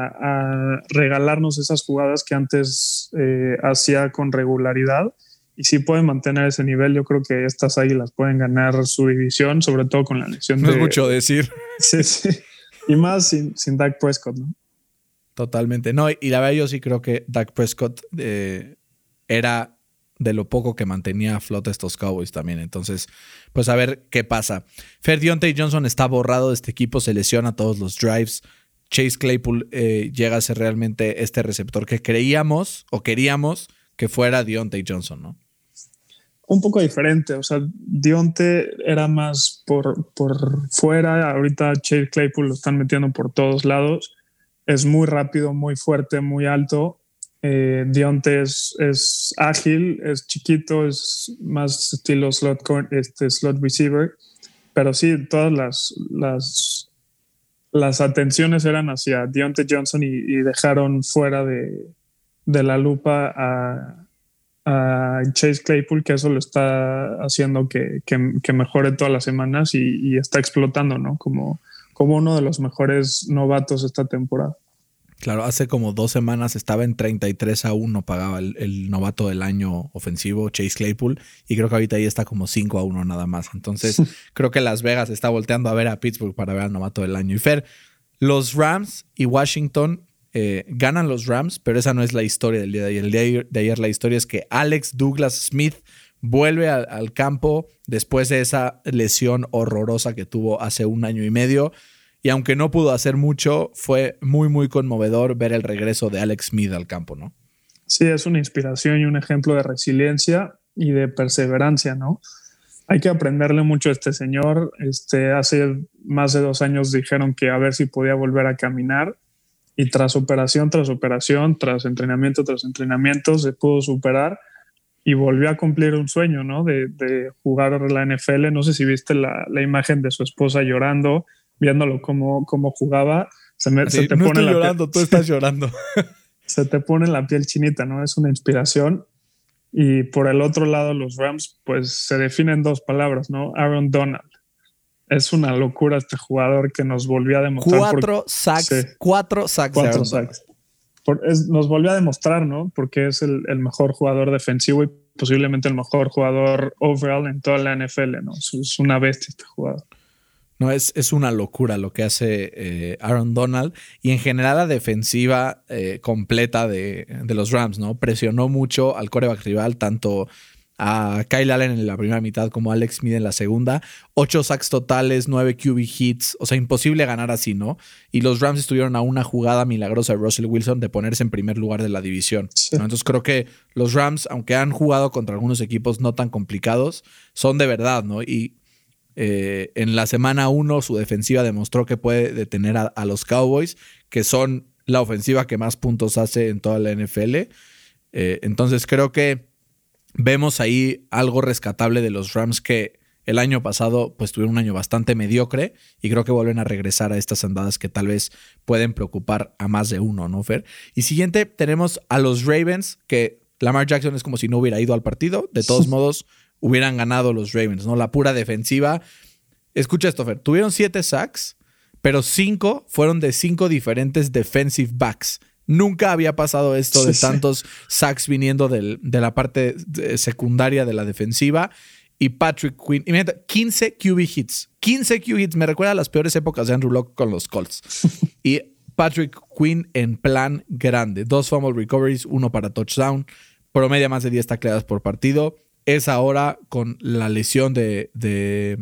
a regalarnos esas jugadas que antes eh, hacía con regularidad. Y si pueden mantener ese nivel, yo creo que estas águilas pueden ganar su división, sobre todo con la lesión no de... No es mucho decir. Sí, sí. Y más sin, sin Dak Prescott, ¿no? Totalmente. No, y la verdad yo sí creo que Dak Prescott eh, era de lo poco que mantenía a flote estos Cowboys también. Entonces, pues a ver qué pasa. Fer, Diontae Johnson está borrado de este equipo, se lesiona todos los drives. Chase Claypool eh, llega a ser realmente este receptor que creíamos o queríamos que fuera Diontae Johnson, ¿no? Un poco diferente, o sea, Diontae era más por, por fuera, ahorita Chase Claypool lo están metiendo por todos lados, es muy rápido, muy fuerte, muy alto. eh, Diontae es, es ágil, es chiquito, es más estilo slot, este, slot receiver, pero sí, todas las, las, las atenciones eran hacia Diontae Johnson y, y dejaron fuera de, de la lupa a a Chase Claypool, que eso lo está haciendo que, que, que mejore todas las semanas y, y está explotando, ¿no? Como, como uno de los mejores novatos esta temporada. Claro, hace como dos semanas estaba en treinta y tres a uno, pagaba el, el novato del año ofensivo, Chase Claypool, y creo que ahorita ahí está como cinco a uno nada más. Entonces, creo que Las Vegas está volteando a ver a Pittsburgh para ver al novato del año. Y Fer, los Rams y Washington eh, ganan los Rams, pero esa no es la historia del día de ayer. El día de ayer la historia es que Alex Douglas Smith vuelve a, al campo después de esa lesión horrorosa que tuvo hace un año y medio. Y aunque no pudo hacer mucho, fue muy, muy conmovedor ver el regreso de Alex Smith al campo, ¿no? Sí, es una inspiración y un ejemplo de resiliencia y de perseverancia, ¿no? Hay que aprenderle mucho a este señor. Este, hace más de dos años dijeron que a ver si podía volver a caminar y tras operación, tras operación, tras entrenamiento, tras entrenamiento, se pudo superar y volvió a cumplir un sueño, ¿no? De, de jugar la N F L. No sé si viste la, la imagen de su esposa llorando, viéndolo cómo, cómo jugaba. Se, me, Así, se te no pone estoy la llorando, piel, tú estás llorando. Se te pone la piel chinita, ¿no? Es una inspiración. Y por el otro lado, los Rams, pues se definen dos palabras, ¿no? Aaron Donald. Es una locura este jugador que nos volvió a demostrar. Cuatro por, sacks, sí, cuatro sacks. Cuatro sacks. Por, es, nos volvió a demostrar, ¿no? Porque es el, el mejor jugador defensivo y posiblemente el mejor jugador overall en toda la N F L, ¿no? Es, es una bestia este jugador. No, es, es una locura lo que hace eh, Aaron Donald y en general la defensiva eh, completa de, de los Rams, ¿no? Presionó mucho al quarterback rival, tanto a Kyle Allen en la primera mitad como a Alex Smith en la segunda. Ocho sacks totales, nueve Q B hits. O sea, imposible ganar así, ¿no? Y los Rams estuvieron a una jugada milagrosa de Russell Wilson de ponerse en primer lugar de la división, sí. ¿no? Entonces creo que los Rams, aunque han jugado contra algunos equipos no tan complicados, son de verdad, ¿no? Y Eh, en la semana uno su defensiva demostró que puede detener a, a los Cowboys, que son la ofensiva que más puntos hace en toda la N F L. Eh, entonces creo que vemos ahí algo rescatable de los Rams que el año pasado pues tuvieron un año bastante mediocre y creo que vuelven a regresar a estas andadas que tal vez pueden preocupar a más de uno, ¿no, Fer? Y siguiente tenemos a los Ravens, que Lamar Jackson es como si no hubiera ido al partido. De todos modos hubieran ganado los Ravens, ¿no? La pura defensiva. Escucha esto, Fer. Tuvieron siete sacks, pero cinco fueron de cinco diferentes defensive backs. Nunca había pasado esto sí, de tantos sí. sacks viniendo del, de la parte secundaria de la defensiva. Y Patrick Quinn, imagínate, quince Q B hits. quince Q B hits. Me recuerda a las peores épocas de Andrew Luck con los Colts. Y Patrick Quinn en plan grande. Dos fumble recoveries, uno para touchdown. Promedia más de diez tacleadas por partido. Es ahora con la lesión de, de,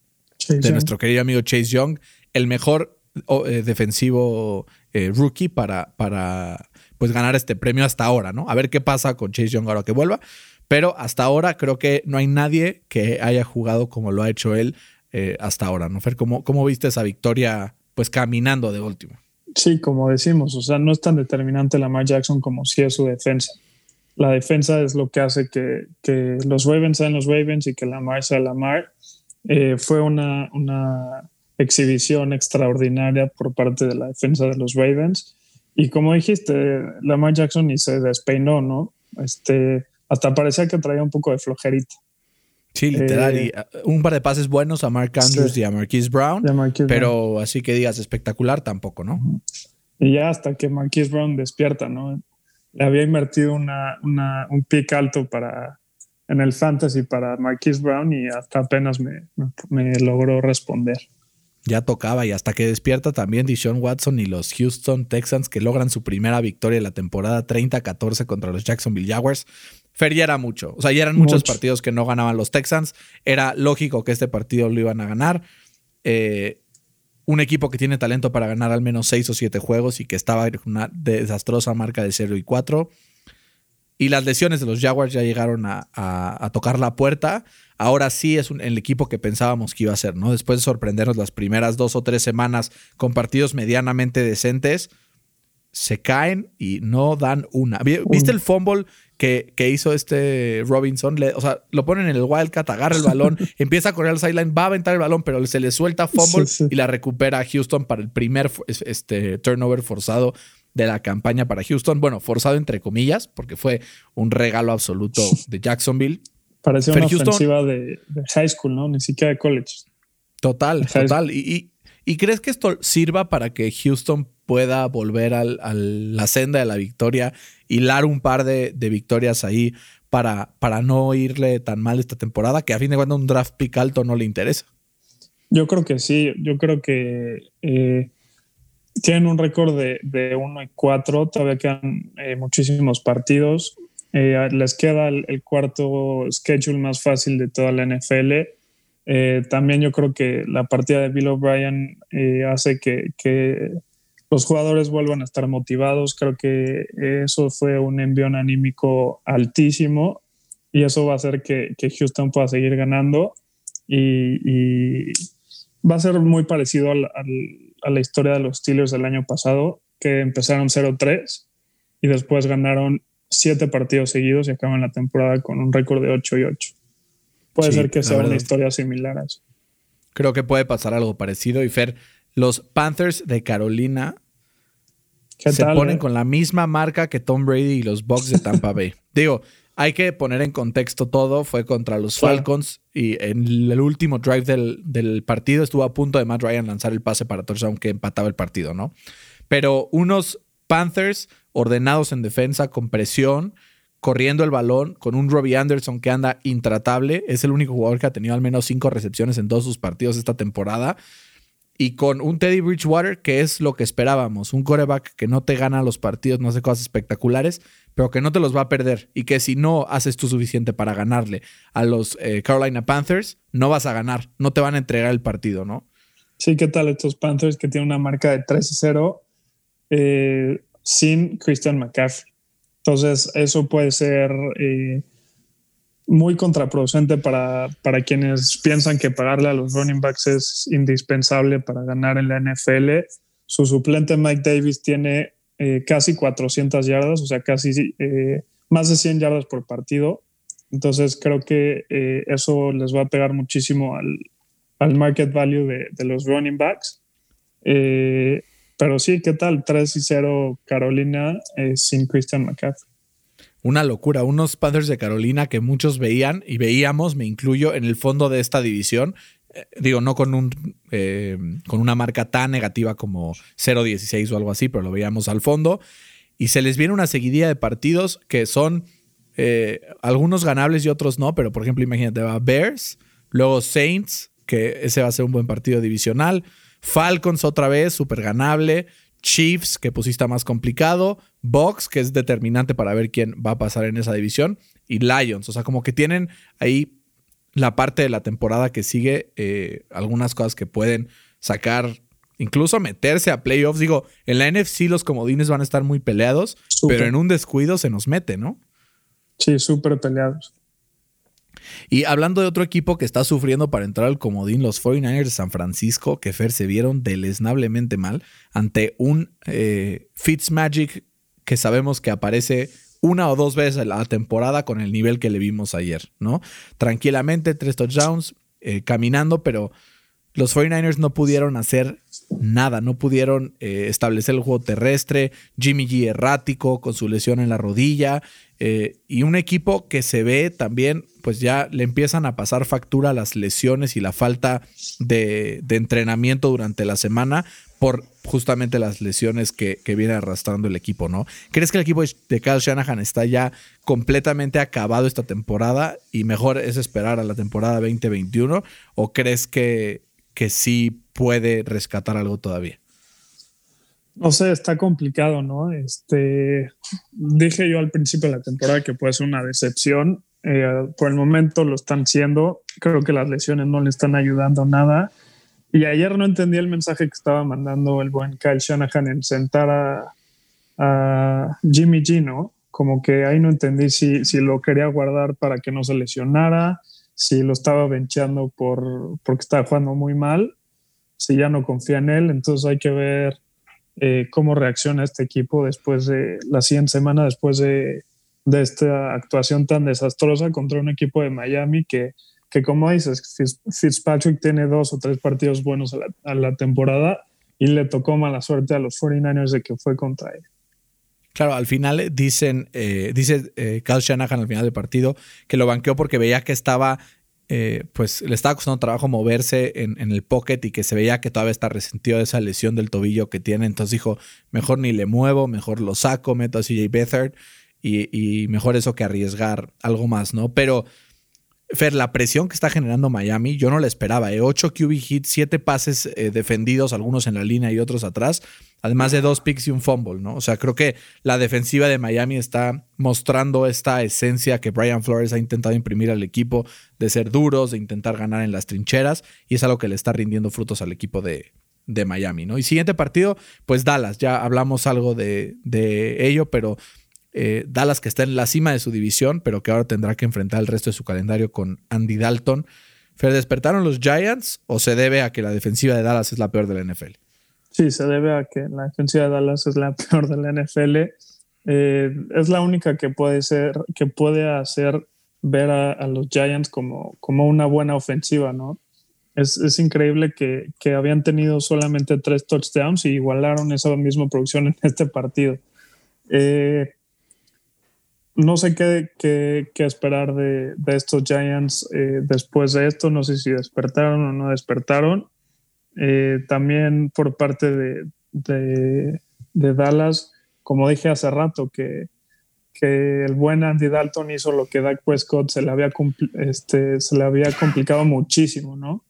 de nuestro querido amigo Chase Young, el mejor oh, eh, defensivo eh, rookie para, para pues, ganar este premio hasta ahora, ¿no? A ver qué pasa con Chase Young ahora que vuelva. Pero hasta ahora creo que no hay nadie que haya jugado como lo ha hecho él eh, hasta ahora, ¿no, Fer? ¿Cómo, ¿Cómo viste esa victoria pues caminando de último? Sí, como decimos, o sea, no es tan determinante Lamar Jackson como si es su defensa. La defensa es lo que hace que, que los Ravens sean los Ravens y que Lamar sea Lamar. Eh, fue una, una exhibición extraordinaria por parte de la defensa de los Ravens. Y como dijiste, Lamar Jackson ni se despeinó, ¿no? Este, hasta parecía que traía un poco de flojerita. Sí, literal. Eh, y un par de pases buenos a Mark Andrews sí, y a Marquise Brown, a Marquise pero Brown. Así que digas espectacular tampoco, ¿no? Y ya hasta que Marquise Brown despierta, ¿no? Le había invertido una, una, un pick alto para, en el fantasy para Marquise Brown y hasta apenas me, me, me logró responder. Ya tocaba y hasta que despierta también Deshaun Watson y los Houston Texans que logran su primera victoria de la temporada treinta a catorce contra los Jacksonville Jaguars. Fer, ya era mucho. O sea, ya eran muchos Mucho. partidos que no ganaban los Texans. Era lógico que este partido lo iban a ganar. Eh, un equipo que tiene talento para ganar al menos seis o siete juegos y que estaba en una desastrosa marca de cero y cuatro. Y las lesiones de los Jaguars ya llegaron a, a, a tocar la puerta. Ahora sí es un, el equipo que pensábamos que iba a ser, ¿no? Después de sorprendernos las primeras dos o tres semanas con partidos medianamente decentes, se caen y no dan una. ¿Viste el fumble que, que hizo este Robinson? Le, o sea, lo ponen en el Wildcat, agarra el balón, empieza a correr al sideline, va a aventar el balón, pero se le suelta fumble sí, sí. y la recupera a Houston para el primer este, turnover forzado de la campaña para Houston. Bueno, forzado entre comillas, porque fue un regalo absoluto de Jacksonville. Parecía una Houston, ofensiva de, de high school, ¿no? Ni siquiera de college. Total, total. Y, y, ¿Y crees que esto sirva para que Houston pueda volver a la senda de la victoria, hilar un par de, de victorias ahí para, para no irle tan mal esta temporada, que a fin de cuentas un draft pick alto no le interesa? Yo creo que sí, yo creo que eh, tienen un récord de, de uno y cuatro, todavía quedan eh, muchísimos partidos. Eh, les queda el, el cuarto schedule más fácil de toda la N F L. Eh, también yo creo que la partida de Bill O'Brien eh, hace que, que los jugadores vuelvan a estar motivados. Creo que eso fue un envión anímico altísimo y eso va a hacer que, que Houston pueda seguir ganando y, y va a ser muy parecido al, al, a la historia de los Steelers del año pasado, que empezaron cero tres y después ganaron siete partidos seguidos y acaban la temporada con un récord de ocho y ocho. Puede sí, ser que sea verdad. Una historia similar a eso. Creo que puede pasar algo parecido. Y Fer, los Panthers de Carolina se tal, ponen eh? con la misma marca que Tom Brady y los Bucs de Tampa Bay. Digo, hay que poner en contexto todo. Fue contra los claro. Falcons y en el último drive del, del partido estuvo a punto de Matt Ryan lanzar el pase para touchdown que empataba el partido, ¿no? Pero unos Panthers ordenados en defensa, con presión, corriendo el balón, con un Robbie Anderson que anda intratable. Es el único jugador que ha tenido al menos cinco recepciones en todos sus partidos esta temporada. Y con un Teddy Bridgewater, que es lo que esperábamos. Un quarterback que no te gana los partidos, no hace cosas espectaculares, pero que no te los va a perder. Y que si no haces tú suficiente para ganarle a los eh, Carolina Panthers, no vas a ganar. No te van a entregar el partido, ¿no? Sí, ¿qué tal estos Panthers que tienen una marca de tres y cero eh, sin Christian McCaffrey? Entonces, eso puede ser eh, muy contraproducente para, para quienes piensan que pagarle a los running backs es indispensable para ganar en la N F L. Su suplente Mike Davis tiene eh, casi cuatrocientas yardas, o sea, casi eh, más de cien yardas por partido. Entonces, creo que eh, eso les va a pegar muchísimo al, al market value de, de los running backs. Eh, Pero sí, ¿qué tal? tres y cero Carolina eh, sin Christian McCaffrey. Una locura. Unos Panthers de Carolina que muchos veían y veíamos, me incluyo, en el fondo de esta división. Eh, digo, no con, un, eh, con una marca tan negativa como cero dieciséis o algo así, pero lo veíamos al fondo. Y se les viene una seguidilla de partidos que son eh, algunos ganables y otros no. Pero, por ejemplo, imagínate, va Bears, luego Saints, que ese va a ser un buen partido divisional. Falcons otra vez, súper ganable. Chiefs, que pues sí está más complicado. Bucs, que es determinante para ver quién va a pasar en esa división. Y Lions, o sea, como que tienen ahí la parte de la temporada que sigue, eh, algunas cosas que pueden sacar, incluso meterse a playoffs. Digo, en la N F C los comodines van a estar muy peleados, super. Pero en un descuido se nos mete, ¿no? Sí, súper peleados. Y hablando de otro equipo que está sufriendo para entrar al comodín, los cuarenta y nueve ers de San Francisco, que Fer se vieron deleznablemente mal ante un eh, Fitzmagic que sabemos que aparece una o dos veces a la temporada con el nivel que le vimos ayer, ¿no? Tranquilamente, tres touchdowns, eh, caminando, pero los cuarenta y nueve ers no pudieron hacer nada, no pudieron eh, establecer el juego terrestre. Jimmy G errático con su lesión en la rodilla, eh, y un equipo que se ve también, pues ya le empiezan a pasar factura a las lesiones y la falta de, de entrenamiento durante la semana por justamente las lesiones que, que viene arrastrando el equipo, ¿no? ¿Crees que el equipo de Kyle Shanahan está ya completamente acabado esta temporada y mejor es esperar a la temporada veinte veintiuno? ¿O crees que, que sí puede rescatar algo todavía? No sé, está complicado, ¿no? Este, dije yo al principio de la temporada que puede ser una decepción. Eh, por el momento lo están siendo. Creo que las lesiones no le están ayudando nada. Y ayer no entendí el mensaje que estaba mandando el buen Kyle Shanahan en sentar a, a Jimmy G, ¿no? Como que ahí no entendí si, si lo quería guardar para que no se lesionara, si lo estaba bencheando por, porque estaba jugando muy mal, si ya no confía en él. Entonces hay que ver eh, cómo reacciona este equipo después de la siguiente semana, después de, de esta actuación tan desastrosa contra un equipo de Miami que, que como dices, Fitzpatrick tiene dos o tres partidos buenos a la, a la temporada y le tocó mala suerte a los cuarenta y nueve ers de que fue contra él. Claro, al final dicen, eh, dice eh, Kyle Shanahan al final del partido que lo banqueó porque veía que estaba eh, pues le estaba costando trabajo moverse en, en el pocket y que se veía que todavía está resentido de esa lesión del tobillo que tiene. Entonces dijo, mejor ni le muevo, mejor lo saco, meto a C J Beathard y, y mejor eso que arriesgar algo más, ¿no? Pero Fer, la presión que está generando Miami, yo no la esperaba. ¿eh? ocho Q B hits, siete pases eh, defendidos, algunos en la línea y otros atrás, además de dos picks y un fumble, ¿no? O sea, creo que la defensiva de Miami está mostrando esta esencia que Brian Flores ha intentado imprimir al equipo de ser duros, de intentar ganar en las trincheras, y es algo que le está rindiendo frutos al equipo de, de Miami, ¿no? Y siguiente partido, pues Dallas. Ya hablamos algo de, de ello, pero Eh, Dallas, que está en la cima de su división, pero que ahora tendrá que enfrentar el resto de su calendario con Andy Dalton. Fer, ¿despertaron los Giants o se debe a que la defensiva de Dallas es la peor de la N F L? Sí, se debe a que la defensiva de Dallas es la peor de la N F L. Eh, es la única que puede ser, que puede hacer ver a, a los Giants como, como una buena ofensiva, ¿no? Es, es increíble que, que habían tenido solamente tres touchdowns y igualaron esa misma producción en este partido. Eh, No sé qué, qué, qué esperar de, de estos Giants eh, después de esto. No sé si despertaron o no despertaron. Eh, también por parte de, de, de Dallas, como dije hace rato, que, que el buen Andy Dalton hizo lo que Dak Prescott se le había, compl- este, se le había complicado muchísimo, ¿no?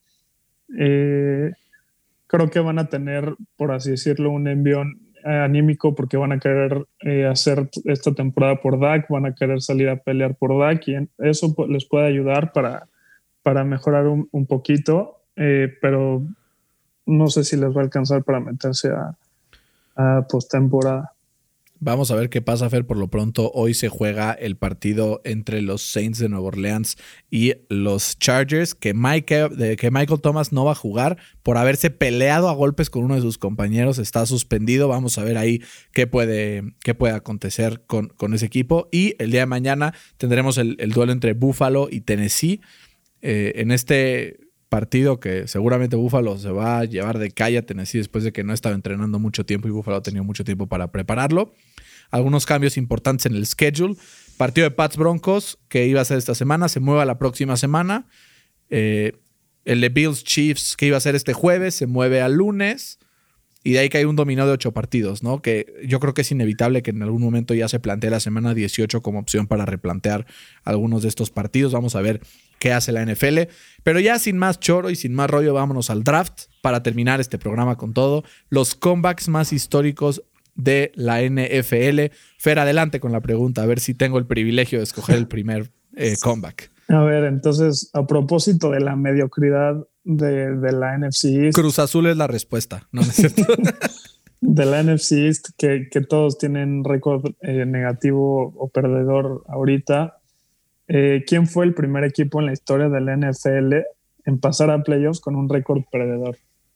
Eh, creo que van a tener, por así decirlo, un envión anímico porque van a querer eh, hacer esta temporada por Dak, van a querer salir a pelear por Dak y eso les puede ayudar para, para mejorar un, un poquito, eh, pero no sé si les va a alcanzar para meterse a, a postemporada. Vamos a ver qué pasa, Fer. Por lo pronto, hoy se juega el partido entre los Saints de Nueva Orleans y los Chargers, que Michael, de, que Michael Thomas no va a jugar por haberse peleado a golpes con uno de sus compañeros. Está suspendido. Vamos a ver ahí qué puede, qué puede acontecer con, con ese equipo. Y el día de mañana tendremos el, el duelo entre Buffalo y Tennessee. Eh, en este partido que seguramente Buffalo se va a llevar de calle a Tennessee después de que no estaba entrenando mucho tiempo y Buffalo ha tenido mucho tiempo para prepararlo. Algunos cambios importantes en el schedule. Partido de Pats Broncos, que iba a ser esta semana, se mueve a la próxima semana. Eh, el de Bills Chiefs, que iba a ser este jueves, se mueve al lunes. Y de ahí que hay un dominó de ocho partidos, ¿no? Que yo creo que es inevitable que en algún momento ya se plantee la semana dieciocho como opción para replantear algunos de estos partidos. Vamos a ver qué hace la N F L. Pero ya sin más choro y sin más rollo, vámonos al draft para terminar este programa con todo. Los comebacks más históricos de la N F L. Fer, adelante con la pregunta, a ver si tengo el privilegio de escoger el primer eh, comeback. A ver, entonces, a propósito de la mediocridad de, de la N F C East. Cruz Azul es la respuesta, ¿no, no es cierto? De la N F C East, que, que todos tienen récord eh, negativo o perdedor ahorita. Eh, ¿Quién fue el primer equipo en la historia de la N F L en pasar a playoffs con un récord perdedor?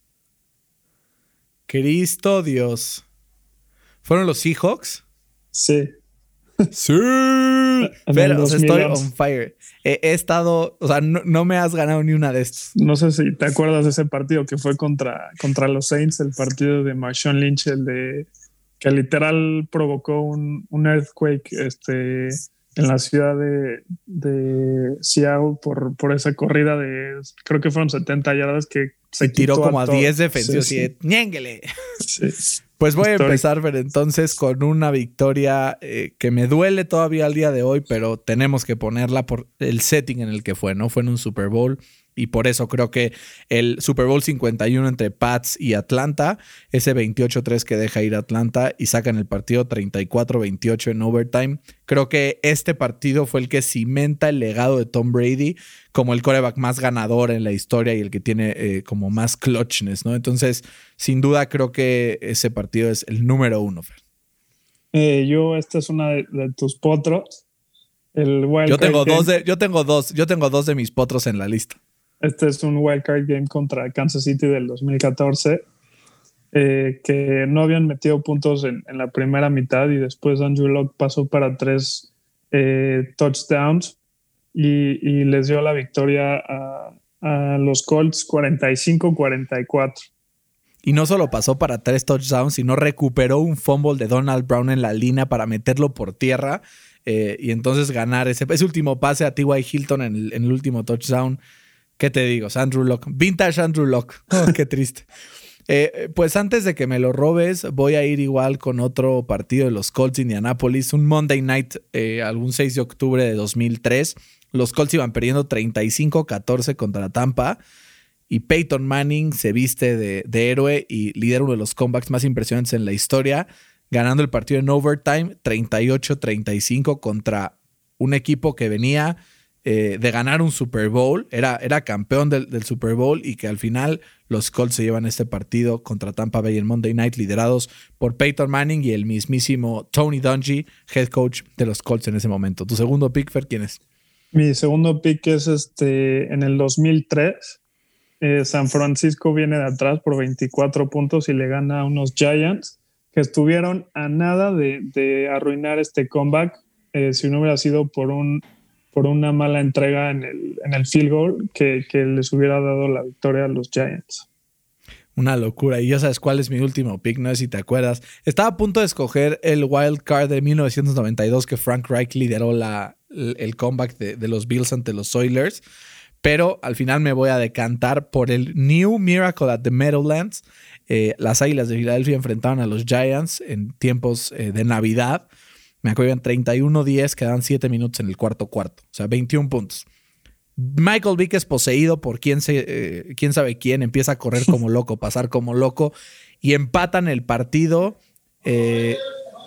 Cristo Dios. ¿Fueron los Seahawks? Sí. Sí. Pero o sea, estoy on fire. He, he estado, o sea, no, no me has ganado ni una de estas. No sé si te acuerdas de ese partido que fue contra, contra los Saints, el partido de Marshawn Lynch, el de que literal provocó un, un earthquake este, en la ciudad de, de Seattle por, por esa corrida de, creo que fueron setenta yardas que se tiró como a, a diez defensivos sí, y de, ¡ñénguele! Sí. Pues voy Histórico. a empezar, Fer, entonces con una victoria eh, que me duele todavía al día de hoy, pero tenemos que ponerla por el setting en el que fue, ¿no? Fue en un Super Bowl y por eso creo que el Super Bowl cincuenta y uno entre Pats y Atlanta, ese veintiocho tres que deja ir Atlanta y sacan el partido treinta y cuatro veintiocho en overtime. Creo que este partido fue el que cimenta el legado de Tom Brady como el quarterback más ganador en la historia y el que tiene eh, como más clutchness, ¿no? Entonces, sin duda creo que ese partido es el número uno, Fer. Eh, yo, esta es una de, de tus potros. El wild yo tengo card dos game. de, yo tengo dos, yo tengo dos de mis potros en la lista. Este es un wildcard game contra Kansas City del dos mil catorce, eh, que no habían metido puntos en, en la primera mitad y después Andrew Luck pasó para tres eh, touchdowns y, y les dio la victoria a, a los Colts cuarenta y cinco cuarenta y cuatro. Y no solo pasó para tres touchdowns, sino recuperó un fumble de Donald Brown en la línea para meterlo por tierra. Eh, y entonces ganar ese, ese último pase a T Y. Hilton en el, en el último touchdown. ¿Qué te digo? Andrew Luck. Vintage Andrew Luck. Oh, qué triste. Eh, pues antes de que me lo robes, voy a ir igual con otro partido de los Colts de Indianapolis. Un Monday Night, eh, algún seis de octubre de dos mil tres. Los Colts iban perdiendo treinta y cinco catorce contra Tampa. Y Peyton Manning se viste de, de héroe y lidera uno de los comebacks más impresionantes en la historia, ganando el partido en overtime treinta y ocho treinta y cinco contra un equipo que venía eh, de ganar un Super Bowl, era, era campeón del, del Super Bowl, y que al final los Colts se llevan este partido contra Tampa Bay en Monday Night, liderados por Peyton Manning y el mismísimo Tony Dungy, head coach de los Colts en ese momento. ¿Tu segundo pick, Fer, quién es? Mi segundo pick es este en el dos mil tres. Eh, San Francisco viene de atrás por veinticuatro puntos y le gana a unos Giants que estuvieron a nada de, de arruinar este comeback eh, si no hubiera sido por un por una mala entrega en el, en el field goal que, que les hubiera dado la victoria a los Giants. Una locura. Y ya sabes cuál es mi último pick, no sé si te acuerdas. Estaba a punto de escoger el wild card de mil novecientos noventa y dos que Frank Reich lideró la, el comeback de, de los Bills ante los Oilers, pero al final me voy a decantar por el New Miracle at the Meadowlands. Eh, las Águilas de Filadelfia enfrentaban a los Giants en tiempos eh, de Navidad. Me acuerdo, iban treinta y uno diez, quedaban siete minutos en el cuarto cuarto. O sea, veintiún puntos. Michael Vick es poseído por quién, se, eh, quién sabe quién. Empieza a correr como loco, pasar como loco. Y empatan el partido. Eh,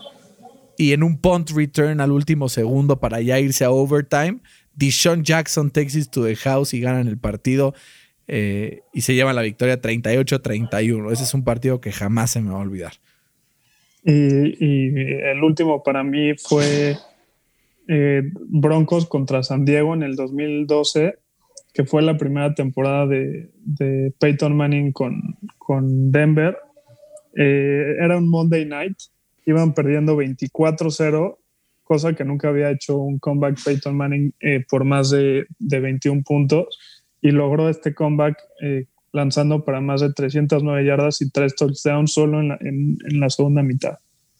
y en un punt return al último segundo para ya irse a overtime, Deshaun Jackson takes it to the house y ganan el partido. Eh, y se llevan la victoria treinta y ocho treinta y uno. Ese es un partido que jamás se me va a olvidar. Y, y el último para mí fue eh, Broncos contra San Diego en el dos mil doce, que fue la primera temporada de, de Peyton Manning con, con Denver. Eh, era un Monday Night, iban perdiendo veinticuatro cero, cosa que nunca había hecho un comeback Peyton Manning eh, por más de, de veintiún puntos, y logró este comeback eh, lanzando para más de trescientas nueve yardas y tres touchdowns solo en la, en, en la segunda mitad.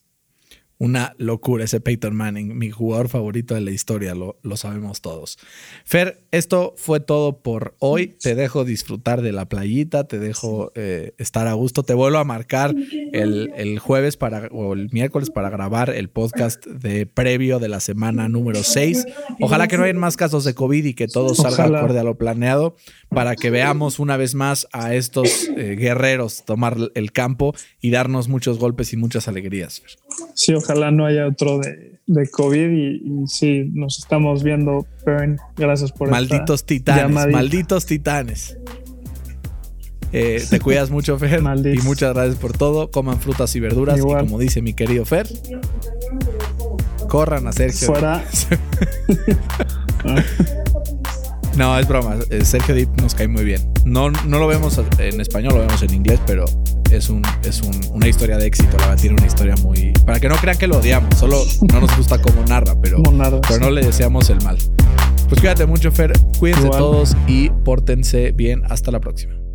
Una locura ese Peyton Manning, mi jugador favorito de la historia, lo, lo sabemos todos. Fer, esto fue todo por hoy. Te dejo disfrutar de la playita, te dejo eh, estar a gusto. Te vuelvo a marcar el, el jueves para, o el miércoles para grabar el podcast de previo de la semana número seis. Ojalá que no hayan más casos de COVID y que todo salga Ojalá. acorde a lo planeado, para que veamos una vez más a estos eh, guerreros tomar el campo y darnos muchos golpes y muchas alegrías, Fer. Sí, ojalá no haya otro de, de COVID y, y sí, nos estamos viendo, Fern. Gracias por Malditos titanes, llamadita. malditos titanes. Eh, te cuidas mucho, Fer. Malditos. Y muchas gracias por todo. Coman frutas y verduras. Igual. Y como dice mi querido Fer, corran a Sergio. Fuera. No, es broma. Sergio Dip nos cae muy bien. No, no lo vemos en español, lo vemos en inglés, pero es, un, es un, una historia de éxito. La verdad, tiene una historia muy... Para que no crean que lo odiamos, solo no nos gusta cómo narra, pero, narra, pero sí. no le deseamos el mal. Pues cuídate mucho, Fer. Cuídense Igual. todos y pórtense bien. Hasta la próxima.